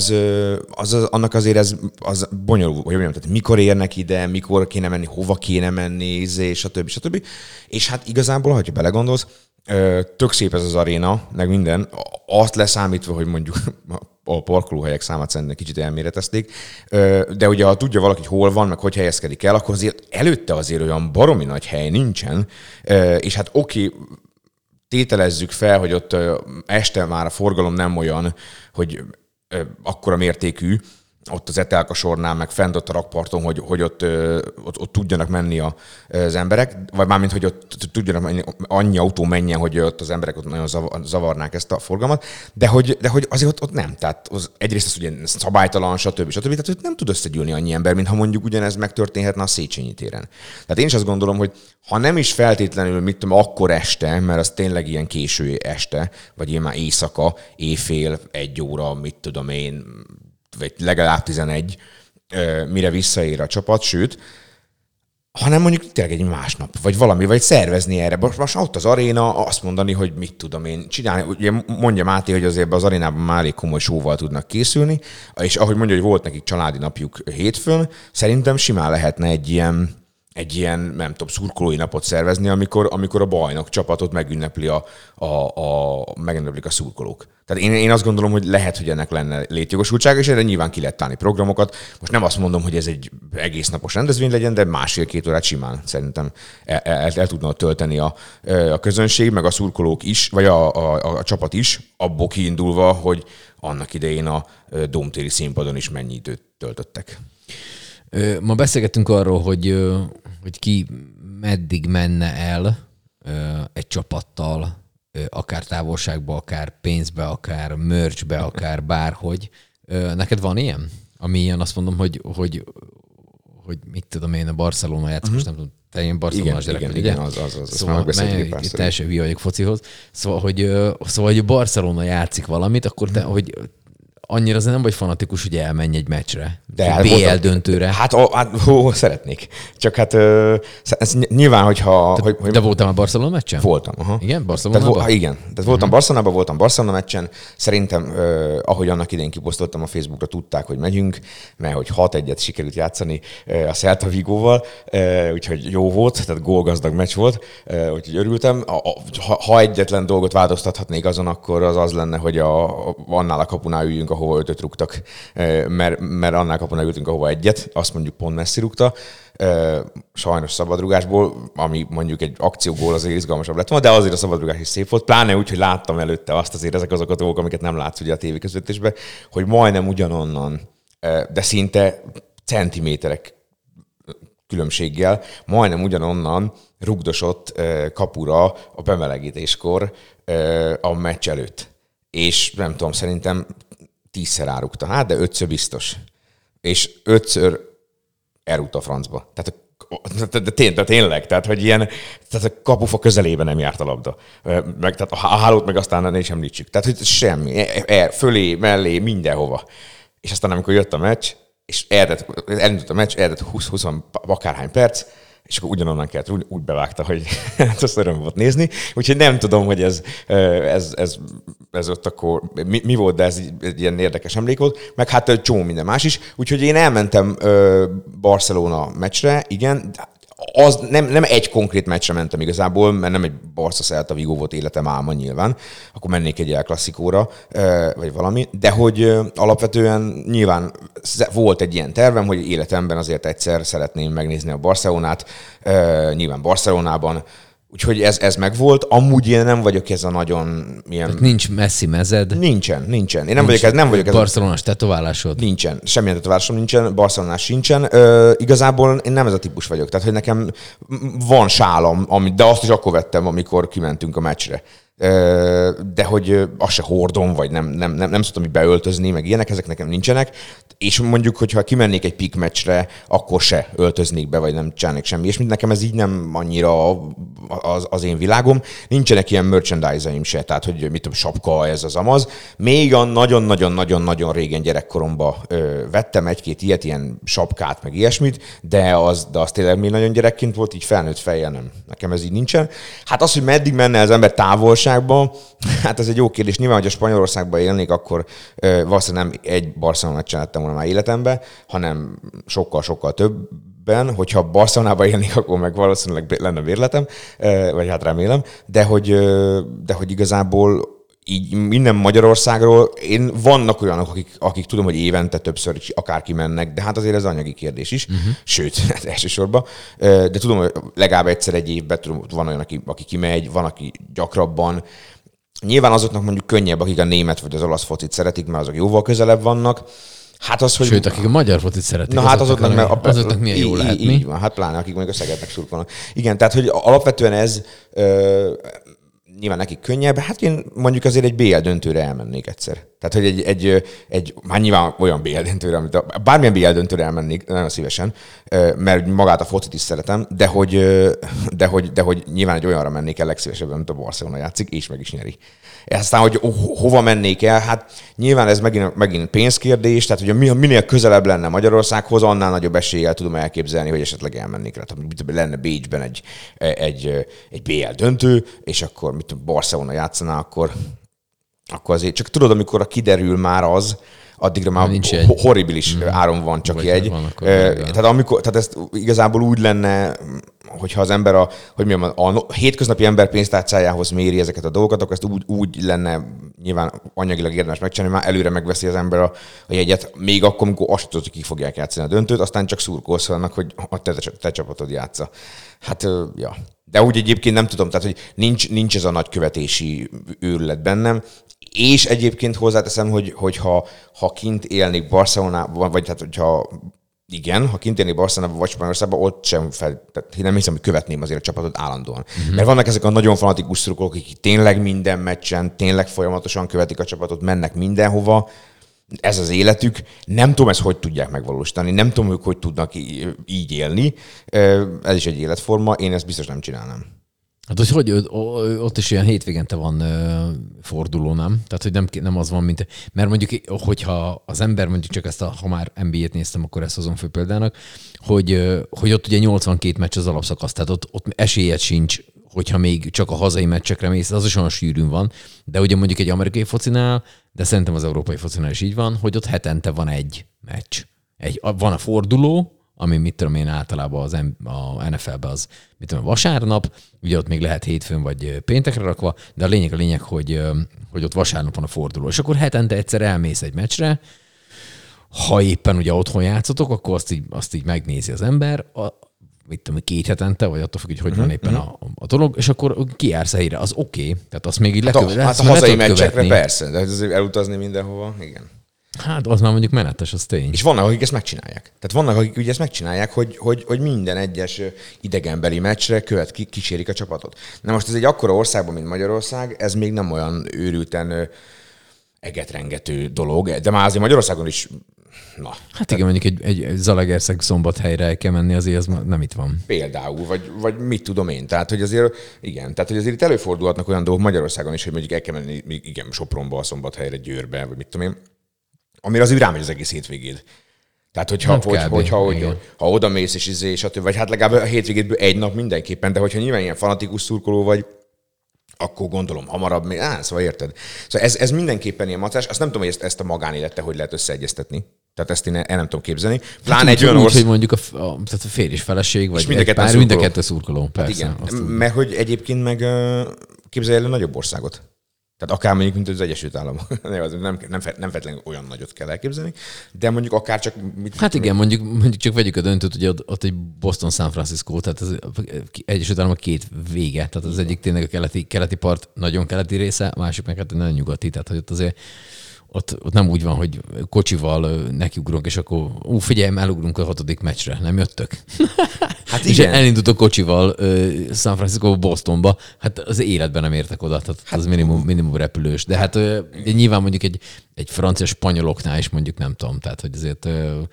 annak azért ez az bonyolult, tehát mikor érnek ide, mikor kéne menni, hova kéne menni, stb. És hát igazából, ha belegondolsz, tök szép ez az aréna, meg minden, azt leszámítva, hogy mondjuk a parkolóhelyek számát szerintem kicsit elméretezték, de ugye ha tudja valaki, hogy hol van, meg hogy helyezkedik el, akkor azért előtte azért olyan baromi nagy hely nincsen, és hát oké, tételezzük fel, hogy ott este már a forgalom nem olyan, hogy akkora mértékű, ott az Etelka sornál, meg fent ott a rakparton, hogy ott tudjanak menni az emberek, vagy mármint, hogy ott tudjanak menni, annyi autó menjen, hogy ott az emberek ott nagyon zavarnák ezt a forgalmat, de hogy azért ott nem. Tehát egyrészt az ugye szabálytalan, stb. Tehát nem tud összegyűlni annyi ember, mintha mondjuk ugyanez megtörténhetne a Széchenyi téren. Tehát én is azt gondolom, hogy ha nem is feltétlenül, akkor este, mert az tényleg ilyen késő este, vagy ilyen már éjszaka, éjfél, 1 óra, mit tudom én, vagy legalább 11, mire visszaér a csapat, sőt, hanem mondjuk tényleg egy másnap, vagy valami, vagy szervezni erre. Most ott az aréna, azt mondani, hogy mit tudom én csinálni. Ugye mondja Máté, hogy azért az arénában már elég komoly show-val tudnak készülni, és ahogy mondja, hogy volt nekik családi napjuk hétfőn, szerintem simán lehetne egy ilyen, nem tudom, szurkolói napot szervezni, amikor a bajnok csapatot megünneplik a szurkolók. Tehát én azt gondolom, hogy lehet, hogy ennek lenne létjogosultsága, és erre nyilván ki lehet találni programokat. Most nem azt mondom, hogy ez egy egész napos rendezvény legyen, de 1,5-2 órát simán szerintem el tudna tölteni a közönség, meg a szurkolók is, vagy a csapat is, abból kiindulva, hogy annak idején a Dómtéri színpadon is mennyi időt töltöttek. Ma beszélgettünk arról, hogy ki meddig menne el egy csapattal, akár távolságba, akár pénzbe, akár merchbe, akár bárhogy. Neked van ilyen? Ami ilyen, azt mondom, hogy mit tudom én, a Barcelona játszik, most nem tudom, te ilyen Barcelona gyerek vagy, ugye? Igen, az. Szóval itt teljesen hülye vagyok focihoz. Szóval, hogy Barcelona játszik valamit, akkor te, hogy annyira azért nem vagy fanatikus, hogy elmenj egy meccsre. De BL döntőre. Hát szeretnék. Csak hát ez nyilván, hogyha... De voltam a Barcelona meccsen? Voltam, aha. Igen? Barcelonában? Igen. Tehát voltam Barcelonában, voltam Barcelona meccsen. Szerintem, ahogy annak idején kiposztoltam a Facebookra, tudták, hogy megyünk, mert hogy 6-1-et sikerült játszani a Celta Vigóval, úgyhogy jó volt, tehát gólgazdag meccs volt, úgyhogy örültem. Ha egyetlen dolgot változtathatnék azon, akkor az lenne, hogy annál a kapunál üljünk, ahova 5-öt rúgtak, mert annál kapunál ültünk, ahova 1-et, azt mondjuk pont Messi rúgta. Sajnos szabadrugásból, ami mondjuk egy akciógól azért izgalmasabb lett volna, de azért a szabadrugás is szép volt, pláne úgy, hogy láttam előtte azt, azért ezek azok a dolgok, amiket nem látsz ugye a tévéközvetésben, hogy majdnem ugyanonnan, de szinte centiméterek különbséggel, majdnem ugyanonnan rugdosott kapura a bemelegítéskor a meccs előtt. És nem tudom, szerintem 10-szer árukta. Hát, de 5-ször biztos. és 5-ször elrúgt a francba. Tehát tényleg, tehát hogy ilyen, tehát a kapufa közelében nem járt a labda. Tehát a hálót meg aztán ne is említsük. Tehát hogy semmi, fölé, mellé, mindenhova. És aztán amikor jött a meccs, és elindult a meccs, eltelt 20 akárhány perc, és akkor ugyanonnan kellett, úgy bevágta, hogy azt öröm volt nézni. Úgyhogy nem tudom, hogy ez ott akkor mi volt, de ez egy ilyen érdekes emlék volt. Meg hát csomó minden más is. Úgyhogy én elmentem Barcelona meccsre, igen. Az nem egy konkrét meccsre mentem igazából, mert nem egy Barca Celta Vigo volt életem álma nyilván, akkor mennék egy El Clasicóra, vagy valami, de hogy alapvetően nyilván volt egy ilyen tervem, hogy életemben azért egyszer szeretném megnézni a Barcelonát, nyilván Barcelonában, úgyhogy ez megvolt. Amúgy én nem vagyok ez a nagyon ilyen... Tehát nincs Messi mezed? Nincsen. Én nem vagyok ez. Barcelonás tetoválásod? Nincsen. Semmilyen tetoválásom nincsen, Barcelonás sincsen. Igazából én nem ez a típus vagyok. Tehát, hogy nekem van sálam, de azt is akkor vettem, amikor kimentünk a meccsre. De hogy azt se hordom, vagy nem szoktam így beöltözni, meg ilyenek, ezek nekem nincsenek. És mondjuk, hogyha kimennék egy PIK meccsre, akkor se öltöznék be, vagy nem csinálnék semmi. És nekem ez így nem annyira az én világom. Nincsenek ilyen merchandise-aim se, tehát hogy mit tudom, sapka, ez az amaz. Még a nagyon-nagyon-nagyon-nagyon régen gyerekkoromban vettem egy-két ilyet, ilyen sapkát, meg ilyesmit, de az tényleg még nagyon gyerekként volt, így felnőtt fejjel nem. Nekem ez így nincsen. Hát az, hogy meddig menne az ember távolságba, hát ez egy jó kérdés. Nyilván, hogy a Spanyolországban élnék, akkor valószínűleg nem egy Barcelonát csináltam volna már életemben, hanem sokkal-sokkal többen. Hogyha Barcelonában élnék, akkor meg valószínűleg lenne bérletem, vagy hát remélem, de hogy igazából így minden Magyarországról, vannak olyanok, akik tudom, hogy évente többször akár kimennek, de hát azért ez anyagi kérdés is, sőt, elsősorban. De tudom, hogy legalább egyszer egy évben tudom, van olyan, aki kimegy, van, aki gyakrabban. Nyilván azoknak mondjuk könnyebb, akik a német vagy az olasz focit szeretik, mert azok jóval közelebb vannak. Hát az, hogy... Sőt, akik a magyar focit szeretik, na, hát azoknak milyen jó lehet, mi? Így van, hát pláne, akik mondjuk a Szegednek szurkolnak. Igen, tehát hogy alapvetően ez nyilván nekik könnyebb, hát én mondjuk azért egy BL döntőre elmennék egyszer. Tehát, hogy egy már nyilván olyan BL döntőre, amit bármilyen BL döntőre elmennék, nagyon szívesen, mert magát a focit is szeretem, de hogy nyilván egy olyanra mennék el legszívesebben, mint a Barcelona játszik, és meg is nyeri. Aztán, hogy hova mennék el, hát nyilván ez megint pénzkérdés, tehát hogy minél közelebb lenne Magyarországhoz, annál nagyobb eséllyel tudom elképzelni, hogy esetleg elmennék rá. Tehát lenne Bécsben egy BL döntő, és akkor Barcelona játszaná, akkor azért csak tudod, amikor kiderül már addigra már horribilis áron van csak jegy. Tehát ezt igazából úgy lenne, hogyha az ember a hétköznapi ember pénztárcájához méri ezeket a dolgokat, akkor ezt úgy lenne nyilván anyagilag érdemes megcsinálni, már előre megveszi az ember a jegyet, még akkor, amikor azt tudod, hogy ki fogják játszani a döntőt, aztán csak szurkolsz annak, hogy a te csapatod játsza. Hát, ja. De úgy egyébként nem tudom, tehát, hogy nincs ez a nagy követési őrület bennem, és egyébként hozzáteszem, hogy ha kint élnék Barcelonában, vagy hát, hogyha igen, ha kint élnék Barcelonában vagy Spanyolországban, ott sem tehát nem hiszem, hogy követném azért a csapatot állandóan. Mert vannak ezek a nagyon fanatikus szurkolók, akik tényleg minden meccsen, tényleg folyamatosan követik a csapatot, mennek mindenhova, ez az életük. Nem tudom, ezt hogy tudják megvalósítani, nem tudom, hogy tudnak így élni. Ez is egy életforma, én ezt biztos nem csinálnám. Hát, hogy ott is ilyen hétvégente van forduló, nem? Tehát, hogy nem az van, mint... Mert mondjuk, hogyha az ember mondjuk csak ezt ha már NBA-t néztem, akkor ezt hozom fő példának, hogy ott ugye 82 meccs az alapszakasz, tehát ott esélyed sincs, hogyha még csak a hazai meccsekre mész, az is olyan sűrűn van, de ugye mondjuk egy amerikai focinál, de szerintem az európai focinál is így van, hogy ott hetente van egy meccs. Van a forduló, ami mit tudom én általában a NFL-ben az mit tudom, vasárnap, ugye ott még lehet hétfőn vagy péntekre rakva, de a lényeg, hogy ott vasárnap van a forduló. És akkor hetente egyszer elmész egy meccsre, ha éppen ugye otthon játszotok, akkor azt így megnézi az ember, mit tudom, 2 hetente, vagy attól függ, hogy van éppen a dolog, és akkor kijársz helyre, az oké. Tehát azt még így lekövetni. Hát a hazai meccsekre persze, de azért elutazni mindenhova, igen. Hát az már mondjuk menetes, az tény. És vannak, akik ezt megcsinálják. Tehát vannak, akik ugye ezt megcsinálják, hogy minden egyes idegenbeli meccsre kísérik a csapatot. Na most ez egy akkora országban, mint Magyarország, ez még nem olyan őrülten egetrengető dolog, de már azért Magyarországon is Na. Hát igen, mondjuk egy Zalaegerszeg Szombathelyre el kell menni, azért az nem itt van. Például, vagy mit tudom én. Tehát, hogy azért, igen, tehát, hogy azért itt előfordulhatnak olyan dolgok Magyarországon is, hogy mondjuk el kell menni, igen, Sopronba, a Szombathelyre, Győrbe, vagy mit tudom én, amire azért rámegy az egész hétvégéd. Tehát, ha oda mész és stb. Vagy hát legalább a hétvégédből egy nap mindenképpen, de hogyha nyilván ilyen fanatikus szurkoló vagy, akkor gondolom hamarabb még, szóval érted. Szóval ez mindenképpen ilyen macás. Azt nem tudom, hogy ezt a magánélettel hogy lehet összeegyeztetni. Tehát ezt én el nem tudom képzelni. Pláne egy olyan hogy mondjuk a férj és feleség, vagy mind a kettő szurkoló. Persze. Hát igen, mert hogy egyébként meg képzelj el nagyobb országot. Tehát akár mondjuk, mint az Egyesült Államok. Nem feltétlenül olyan nagyot kell elképzelni, de mondjuk akár csak... Hát igen, mondjuk csak vegyük a döntőt, hogy ott egy Boston-San Francisco, tehát az Egyesült Államok két vége. Tehát az egyik tényleg a keleti part, nagyon keleti része, a másik meg hát nagyon nyugati. Tehát hogy ott azért ott nem úgy van, hogy kocsival nekiugrunk, és akkor figyelj, elugrunk a 6. meccsre, nem jöttök? Hát és elindultok kocsival San Francisco Bostonba, hát az életben nem értek oda, tehát az minimum repülős. De hát nyilván mondjuk egy francia spanyoloknál is mondjuk nem tudom, tehát hogy azért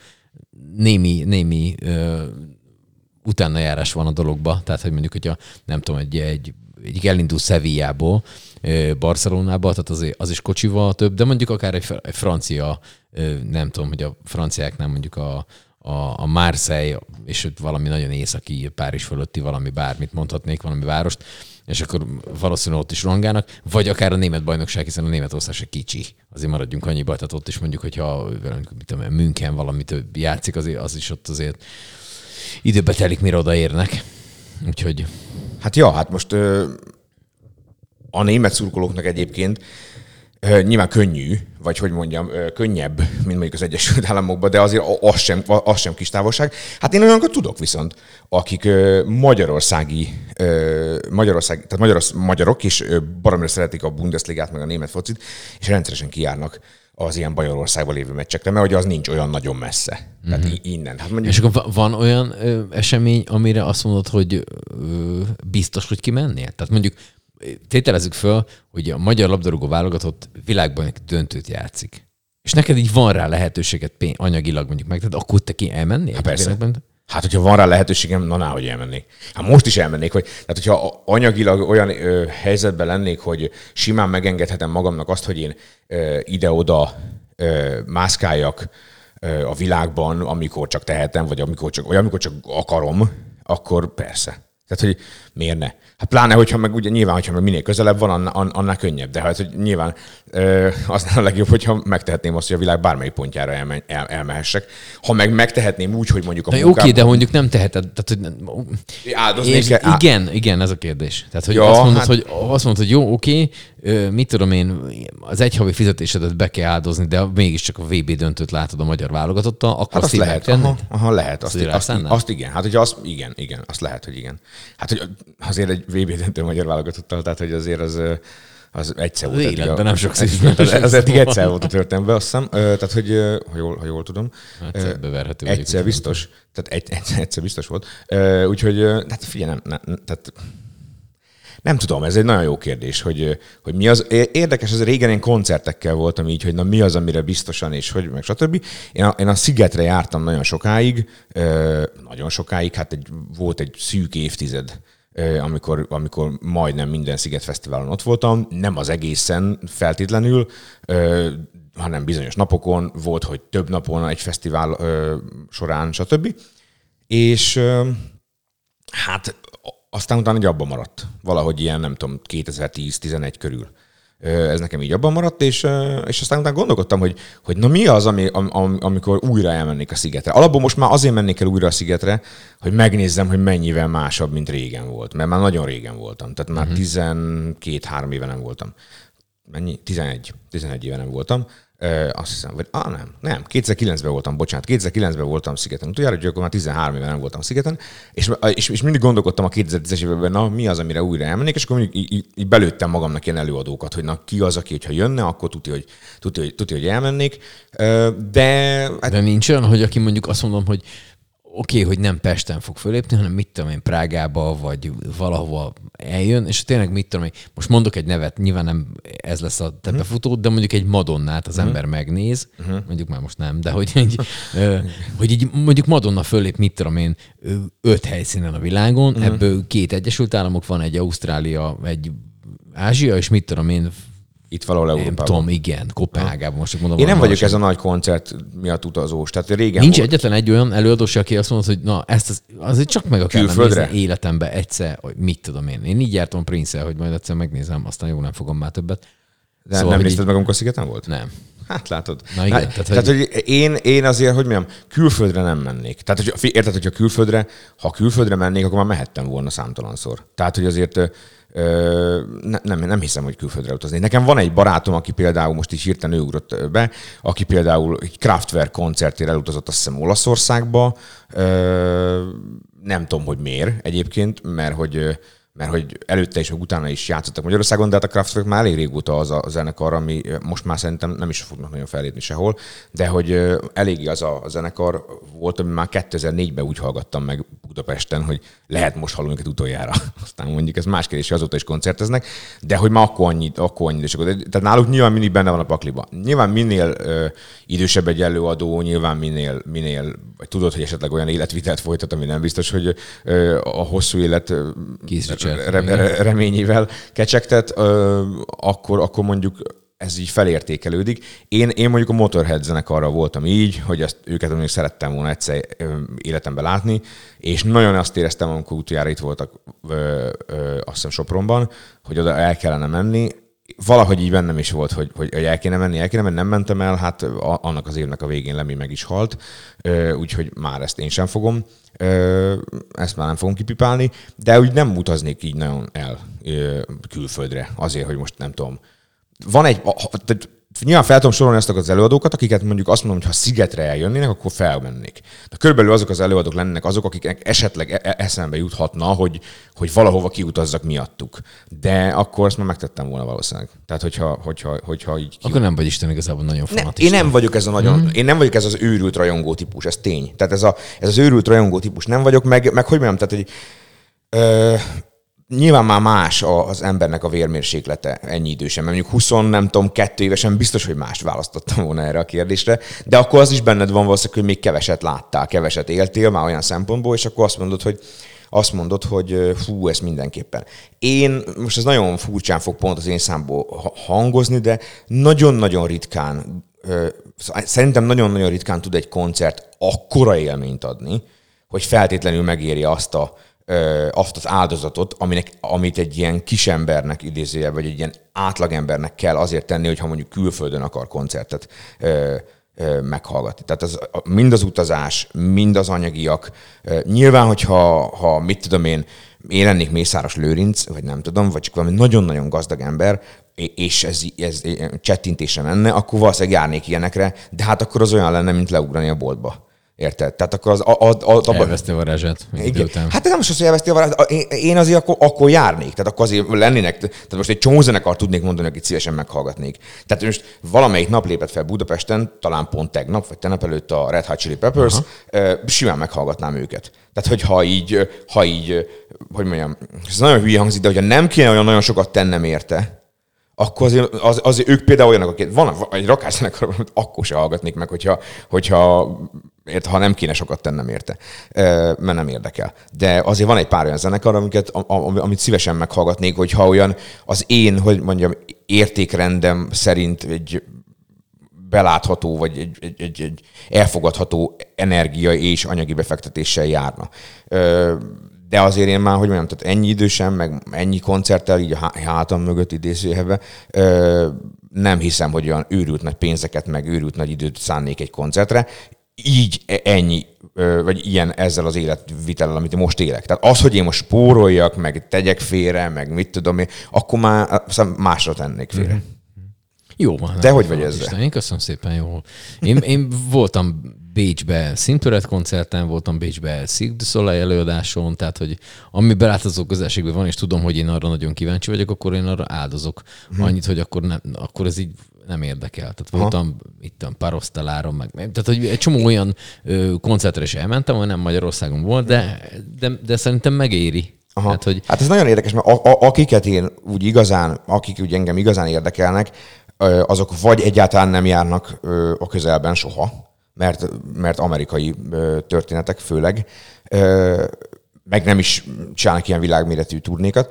némi utánajárás van a dologba, tehát hogy mondjuk, hogyha nem tudom, egy elindul Sevillából Barcelonába, tehát az is kocsival több, de mondjuk akár egy francia, nem tudom, hogy a franciáknál mondjuk a Marseille, és valami nagyon északi, Párizs fölötti valami bármit mondhatnék, valami várost, és akkor valószínűleg ott is rongálnak, vagy akár a német bajnokság, hiszen a Németország se kicsi. Azért maradjunk annyiba, tehát ott is mondjuk, hogyha München valamit játszik, az is ott azért időbe telik, mire odaérnek. Úgyhogy... Hát most a német szurkolóknak egyébként nyilván könnyű, vagy hogy mondjam, könnyebb, mint mondjuk az Egyesült Államokban, de azért az sem kis távolság. Hát én olyanokat tudok viszont, akik magyarok, és baromira szeretik a Bundesligát, meg a német focit, és rendszeresen kijárnak az ilyen Bajorországban lévő meccsekre, mert ugye az nincs olyan nagyon messze. Tehát innen. Hát mondjuk... És akkor van olyan esemény, amire azt mondod, hogy biztos, hogy kimennél? Tehát mondjuk tételezzük föl, hogy a magyar labdarúgó válogatott világban döntőt játszik. És neked így van rá lehetőséget anyagilag mondjuk meg, tehát akkor te ki elmennél? Hát persze. Hát, hogyha van rá lehetőségem, hogy elmennék. Hát most is elmennék, tehát hogyha anyagilag olyan helyzetben lennék, hogy simán megengedhetem magamnak azt, hogy én ide-oda mászkáljak a világban, amikor csak tehetem, vagy amikor csak akarom, akkor persze. Tehát, hogy miért ne? Hát pláne, hogyha meg ugye nyilván, hogyha meg minél közelebb van, annál könnyebb. De hát, hogy nyilván az a legjobb, hogyha megtehetném azt, hogy a világ bármelyik pontjára elmehessek. Ha meg megtehetném úgy, hogy mondjuk a munkában... Oké, de mondjuk nem teheted. Tehát, hogy áldozni kell. Igen, ez a kérdés. Tehát, hogy azt mondod, hogy jó, oké, mit tudom én, az egy havi fizetésedet be kell áldozni, de mégiscsak a VB döntőt látod a magyar válogatottal, akkor hát azt lehet. Lehet. Azt igen. Hát, hogyha azt, igen, azt lehet, hogy igen. Hát, hogy azért egy VB döntő magyar válogatottal, tehát, hogy azért az egyszer volt. Életben nem sok az eddig egyszer volt a történetben, azt hiszem. Tehát, hogy ha jól tudom. Egyszer biztos. Tehát egyszer biztos volt. Úgyhogy, hát figyelj, tehát nem tudom, ez egy nagyon jó kérdés, hogy mi az. Érdekes, ez régen én koncertekkel voltam így, hogy na mi az, amire biztosan, és hogy meg stb. Én a Szigetre jártam nagyon sokáig, hát volt egy szűk évtized, amikor majdnem minden Szigetfesztiválon ott voltam, nem az egészen feltétlenül, hanem bizonyos napokon, volt, hogy több napon egy fesztivál során, stb. És hát aztán utána így abban maradt. Valahogy ilyen, nem tudom, 2010-11 körül. Ez nekem így abban maradt, és aztán utána gondolkodtam, hogy na mi az, amikor újra elmennék a Szigetre. Alapból most már azért mennék el újra a Szigetre, hogy megnézzem, hogy mennyivel másabb, mint régen volt. Mert már nagyon régen voltam. Tehát már 12-3 éve nem voltam. Mennyi? 11 éve nem voltam. Azt hiszem, vagy nem, 2009-ben voltam, bocsánat, 2009-ben voltam Szigeten. Utoljára, hogy akkor már 13 éve nem voltam Szigeten, és mindig gondolkodtam a 2010-es években, na mi az, amire újra elmennék, és akkor mindig így belőttem magamnak ilyen előadókat, hogy na ki az, aki, hogyha jönne, akkor tudja, hogy elmennék. De nincs olyan, hogy aki mondjuk azt mondom, hogy oké, hogy nem Pesten fog fölépni, hanem mit tudom én, Prágába, vagy valahova eljön, és tényleg mit tudom én, most mondok egy nevet, nyilván nem ez lesz a te befutó, de mondjuk egy Madonnát az ember megnéz, mondjuk már most nem, de hogy így mondjuk Madonna fölép, mit tudom én, 5 helyszínen a világon, ebből 2 Egyesült Államok van, egy Ausztrália, egy Ázsia, és mit tudom én, itt valahol Európában. Nem tudom, igen, Kopenhágában. Most mondom, én nem vagyok ez a nagy koncert miatt utazós. Tehát régen nincs volt. egyetlen egy olyan előadós, aki azt mondta, hogy na, ezt azért csak meg akarnám nézni életemben egyszer, hogy mit tudom én. Én így jártam Prince-el, hogy majd egyszer megnézem, aztán jó, nem fogom már többet. De szóval, nem nézted meg, amikor Szigeten volt? Nem. Hát látod. Na igen. Tehát, hogy én azért, hogy mondjam, külföldre nem mennék. Tehát, hogy érted, hogyha ha külföldre mennék, akkor már mehettem volna számtalanszor. Tehát, hogy azért nem hiszem, hogy külföldre utazni. Nekem van egy barátom, aki például most is hirtelen ő ugrott be, aki például egy Kraftwerk koncertére elutazott, azt hiszem Olaszországba. Nem tudom, hogy miért egyébként, mert hogy előtte és utána is játszottak Magyarországon, de hát a Kraftwerk már elég régóta az a zenekar, ami most már szerintem nem is fognak nagyon fellépni sehol, de hogy eléggé az a zenekar volt, ami már 2004-ben úgy hallgattam meg Budapesten, hogy lehet most hallani őket utoljára. Aztán mondjuk ez más kérdés, azóta is koncerteznek, de hogy már akkor annyit. Tehát náluk nyilván mindig benne van a pakliba. Nyilván minél idősebb egy előadó, nyilván minél vagy tudod, hogy esetleg olyan életvitelt folytat, ami nem biztos, hogy a hosszú élet reményével kecsegtet, akkor mondjuk ez így felértékelődik. Én mondjuk a Motorhead zenekarra voltam így, hogy őket mondjuk szerettem volna egyszer életemben látni, és nagyon azt éreztem, amikor utoljára itt voltak azt hiszem Sopronban, hogy oda el kellene menni. Valahogy így bennem is volt, hogy el kéne menni, nem mentem el, hát annak az évnek a végén Lemmy meg is halt, úgyhogy már ezt én sem fogom. Ezt már nem fogom kipipálni, de úgy nem utaznék így nagyon el külföldre, azért, hogy most nem tudom. Nyilván fel tudom sorolni azt az előadókat, akiket mondjuk azt mondom, hogy ha Szigetre eljönnének, akkor felmennék. De körülbelül azok az előadók lennének azok, akiknek esetleg eszembe juthatna, hogy valahova kiutazzak miattuk. De akkor azt már megtettem volna valószínűleg. Tehát, hogyha így... Akkor nem vagy Isten igazából nagyon fanatista. Én nem vagyok ez az őrült rajongó típus, ez tény. Tehát ez az őrült rajongó típus nem vagyok, meg hogy mondjam, tehát, hogy nyilván már más az embernek a vérmérséklete ennyi idősen, mert mondjuk 22 évesen biztos, hogy mást választottam volna erre a kérdésre, de akkor az is benned van valószínűleg, hogy még keveset láttál, keveset éltél már olyan szempontból, és akkor azt mondod, hogy fú, ez mindenképpen. Most ez nagyon furcsán fog pont az én számból hangozni, de nagyon-nagyon ritkán, szerintem nagyon-nagyon ritkán tud egy koncert akkora élményt adni, hogy feltétlenül megéri azt az áldozatot, amit egy ilyen kisembernek idézője, vagy egy ilyen átlagembernek kell azért tenni, hogyha mondjuk külföldön akar koncertet meghallgatni. Tehát mind az utazás, mind az anyagiak. Nyilván, hogyha mit tudom én lennék Mészáros Lőrinc, vagy nem tudom, vagy csak valami nagyon-nagyon gazdag ember, és ez csettintésre menne, akkor valószínűleg járnék ilyenekre, de hát akkor az olyan lenne, mint leugrani a boltba. Érted? Tehát akkor elveszti a varázsát. Hát nem most az, hogy elveszti a varázsát. Én azért akkor járnék. Tehát akkor azért lennének, tehát most egy csomó zenekart tudnék mondani, akit szívesen meghallgatnék. Tehát most valamelyik nap lépett fel Budapesten, talán pont tegnap, vagy tegnap előtt a Red Hot Chili Peppers, simán meghallgatnám őket. Tehát, hogy ha így, hogy mondjam, ez nagyon hülye hangzik, de hogyha nem kéne olyan nagyon sokat tennem érte, akkor azért ők például olyanok, akik van egy rakászenekar, amit akkor se hallgatnék meg, ha nem kéne sokat tennem érte, mert nem érdekel. De azért van egy pár olyan zenekar, amit szívesen meghallgatnék, hogyha olyan az én, hogy mondjam, értékrendem szerint egy belátható, vagy egy elfogadható energia és anyagi befektetéssel járna. De azért én már, hogy mondjam, tehát ennyi idősen, meg ennyi koncerttel, így a hátam mögött idézőjelben, nem hiszem, hogy olyan őrült nagy pénzeket, meg őrült nagy időt szánnék egy koncertre. Így ennyi, vagy ilyen ezzel az életvitellel, amit most élek. Tehát az, hogy én most spóroljak, meg tegyek félre, meg mit tudom én, akkor már másra tennék félre. Mm-hmm. Jó van. De hogy vagy ezzel? Én köszönöm szépen, jó. Én voltam Bécsbe Szintüret koncerten, voltam Bécsbe Cirque du Soleil előadáson, tehát hogy ami belátozó közelségben van, és tudom, hogy én arra nagyon kíváncsi vagyok, akkor én arra áldozok annyit, hogy akkor ez így nem érdekel. Tehát voltam itt a Parosztaláron, tehát hogy egy csomó olyan koncertre is elmentem, ami nem Magyarországon volt, de szerintem megéri. Tehát, hogy... Hát ez nagyon érdekes, mert akiket én úgy igazán, akik úgy engem igazán érdekelnek, azok vagy egyáltalán nem járnak a közelben soha, mert amerikai történetek főleg, meg nem is csinálnak ilyen világméretű turnékat,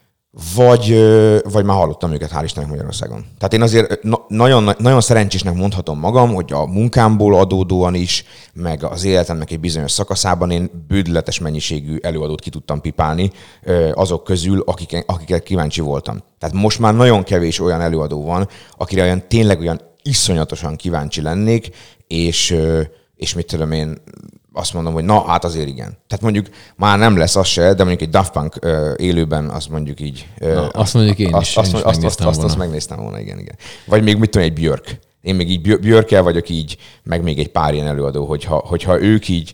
vagy már hallottam őket, hál' Istennek Magyarországon. Tehát én azért nagyon, nagyon szerencsésnek mondhatom magam, hogy a munkámból adódóan is, meg az életemnek egy bizonyos szakaszában én bődületes mennyiségű előadót ki tudtam pipálni azok közül, akiket kíváncsi voltam. Tehát most már nagyon kevés olyan előadó van, akire tényleg olyan iszonyatosan kíváncsi lennék, és mit tudom én, azt mondom, hogy na, hát azért igen. Tehát mondjuk már nem lesz az se, de mondjuk egy Daft Punk élőben, azt mondjuk így... azt mondjuk én is azt megnéztem volna, igen. Vagy még mit tudom, egy Björk. Én még így Björkkel vagyok így, meg még egy pár ilyen előadó, hogyha ők így...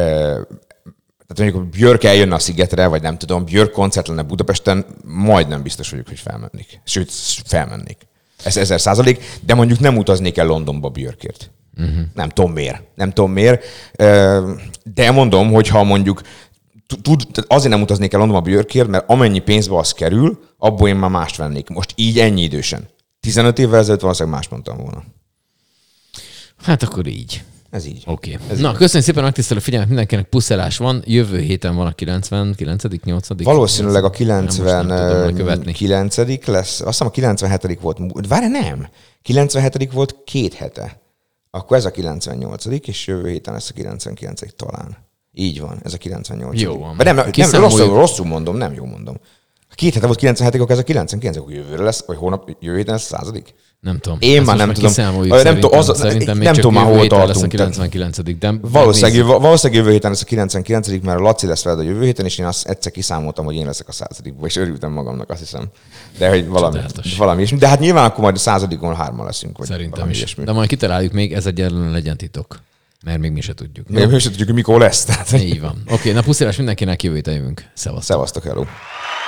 Tehát mondjuk, hogy Björk eljönne a Szigetre, vagy nem tudom, Björk koncert lenne Budapesten, majdnem biztos vagyok, hogy felmennék. Sőt, felmennék. Ez 1000%, de mondjuk nem utaznék el Londonba Björkért. Uh-huh. Nem tudom miért. De mondom, hogy ha mondjuk azért nem utaznék el Londonba Björkért, mert amennyi pénzbe az kerül, abból én már mást vennék. Most így ennyi idősen. 15 évvel ezelőtt valószínűleg mást mondtam volna. Hát akkor így. Ez így. Oké. Na, köszönjük szépen a megtisztelő figyelmet, mindenkinek puszolás van. Jövő héten van a 99. 8. Valószínűleg a 99. lesz. Azt hiszem a 97. volt. Várj, nem. 97. volt 2 hete. Akkor ez a 98. és jövő héten lesz a 99. talán. Így van, ez a 98. Jó van. Nem rosszul mondom, nem jó mondom. 2 hete volt 97, akkor ez a 99, akkor jövőre lesz, vagy jövő héten lesz a 100. Nem tudom. Én már nem tudom. Szerintem még nem csak tudom már, hol tartunk. Lesz a 99. De valószínűleg jövő héten lesz a 99, mert a Laci lesz veled a jövő héten, és én azt egyszer kiszámoltam, hogy én leszek a 100. és örültem magamnak, azt hiszem. De hogy valami is. De hát nyilván akkor majd a 100-on 3-mal leszünk. Vagy szerintem is. Ilyesmi. De majd kitaláljuk még, ez egyelőre legyen titok. Mert még mi se tudjuk. Mi se tudjuk, hogy mikor lesz. Így van. Oké, na puszilás mindenkinek, jövő héten jövünk. Szevasztok. Szevasztok, hello.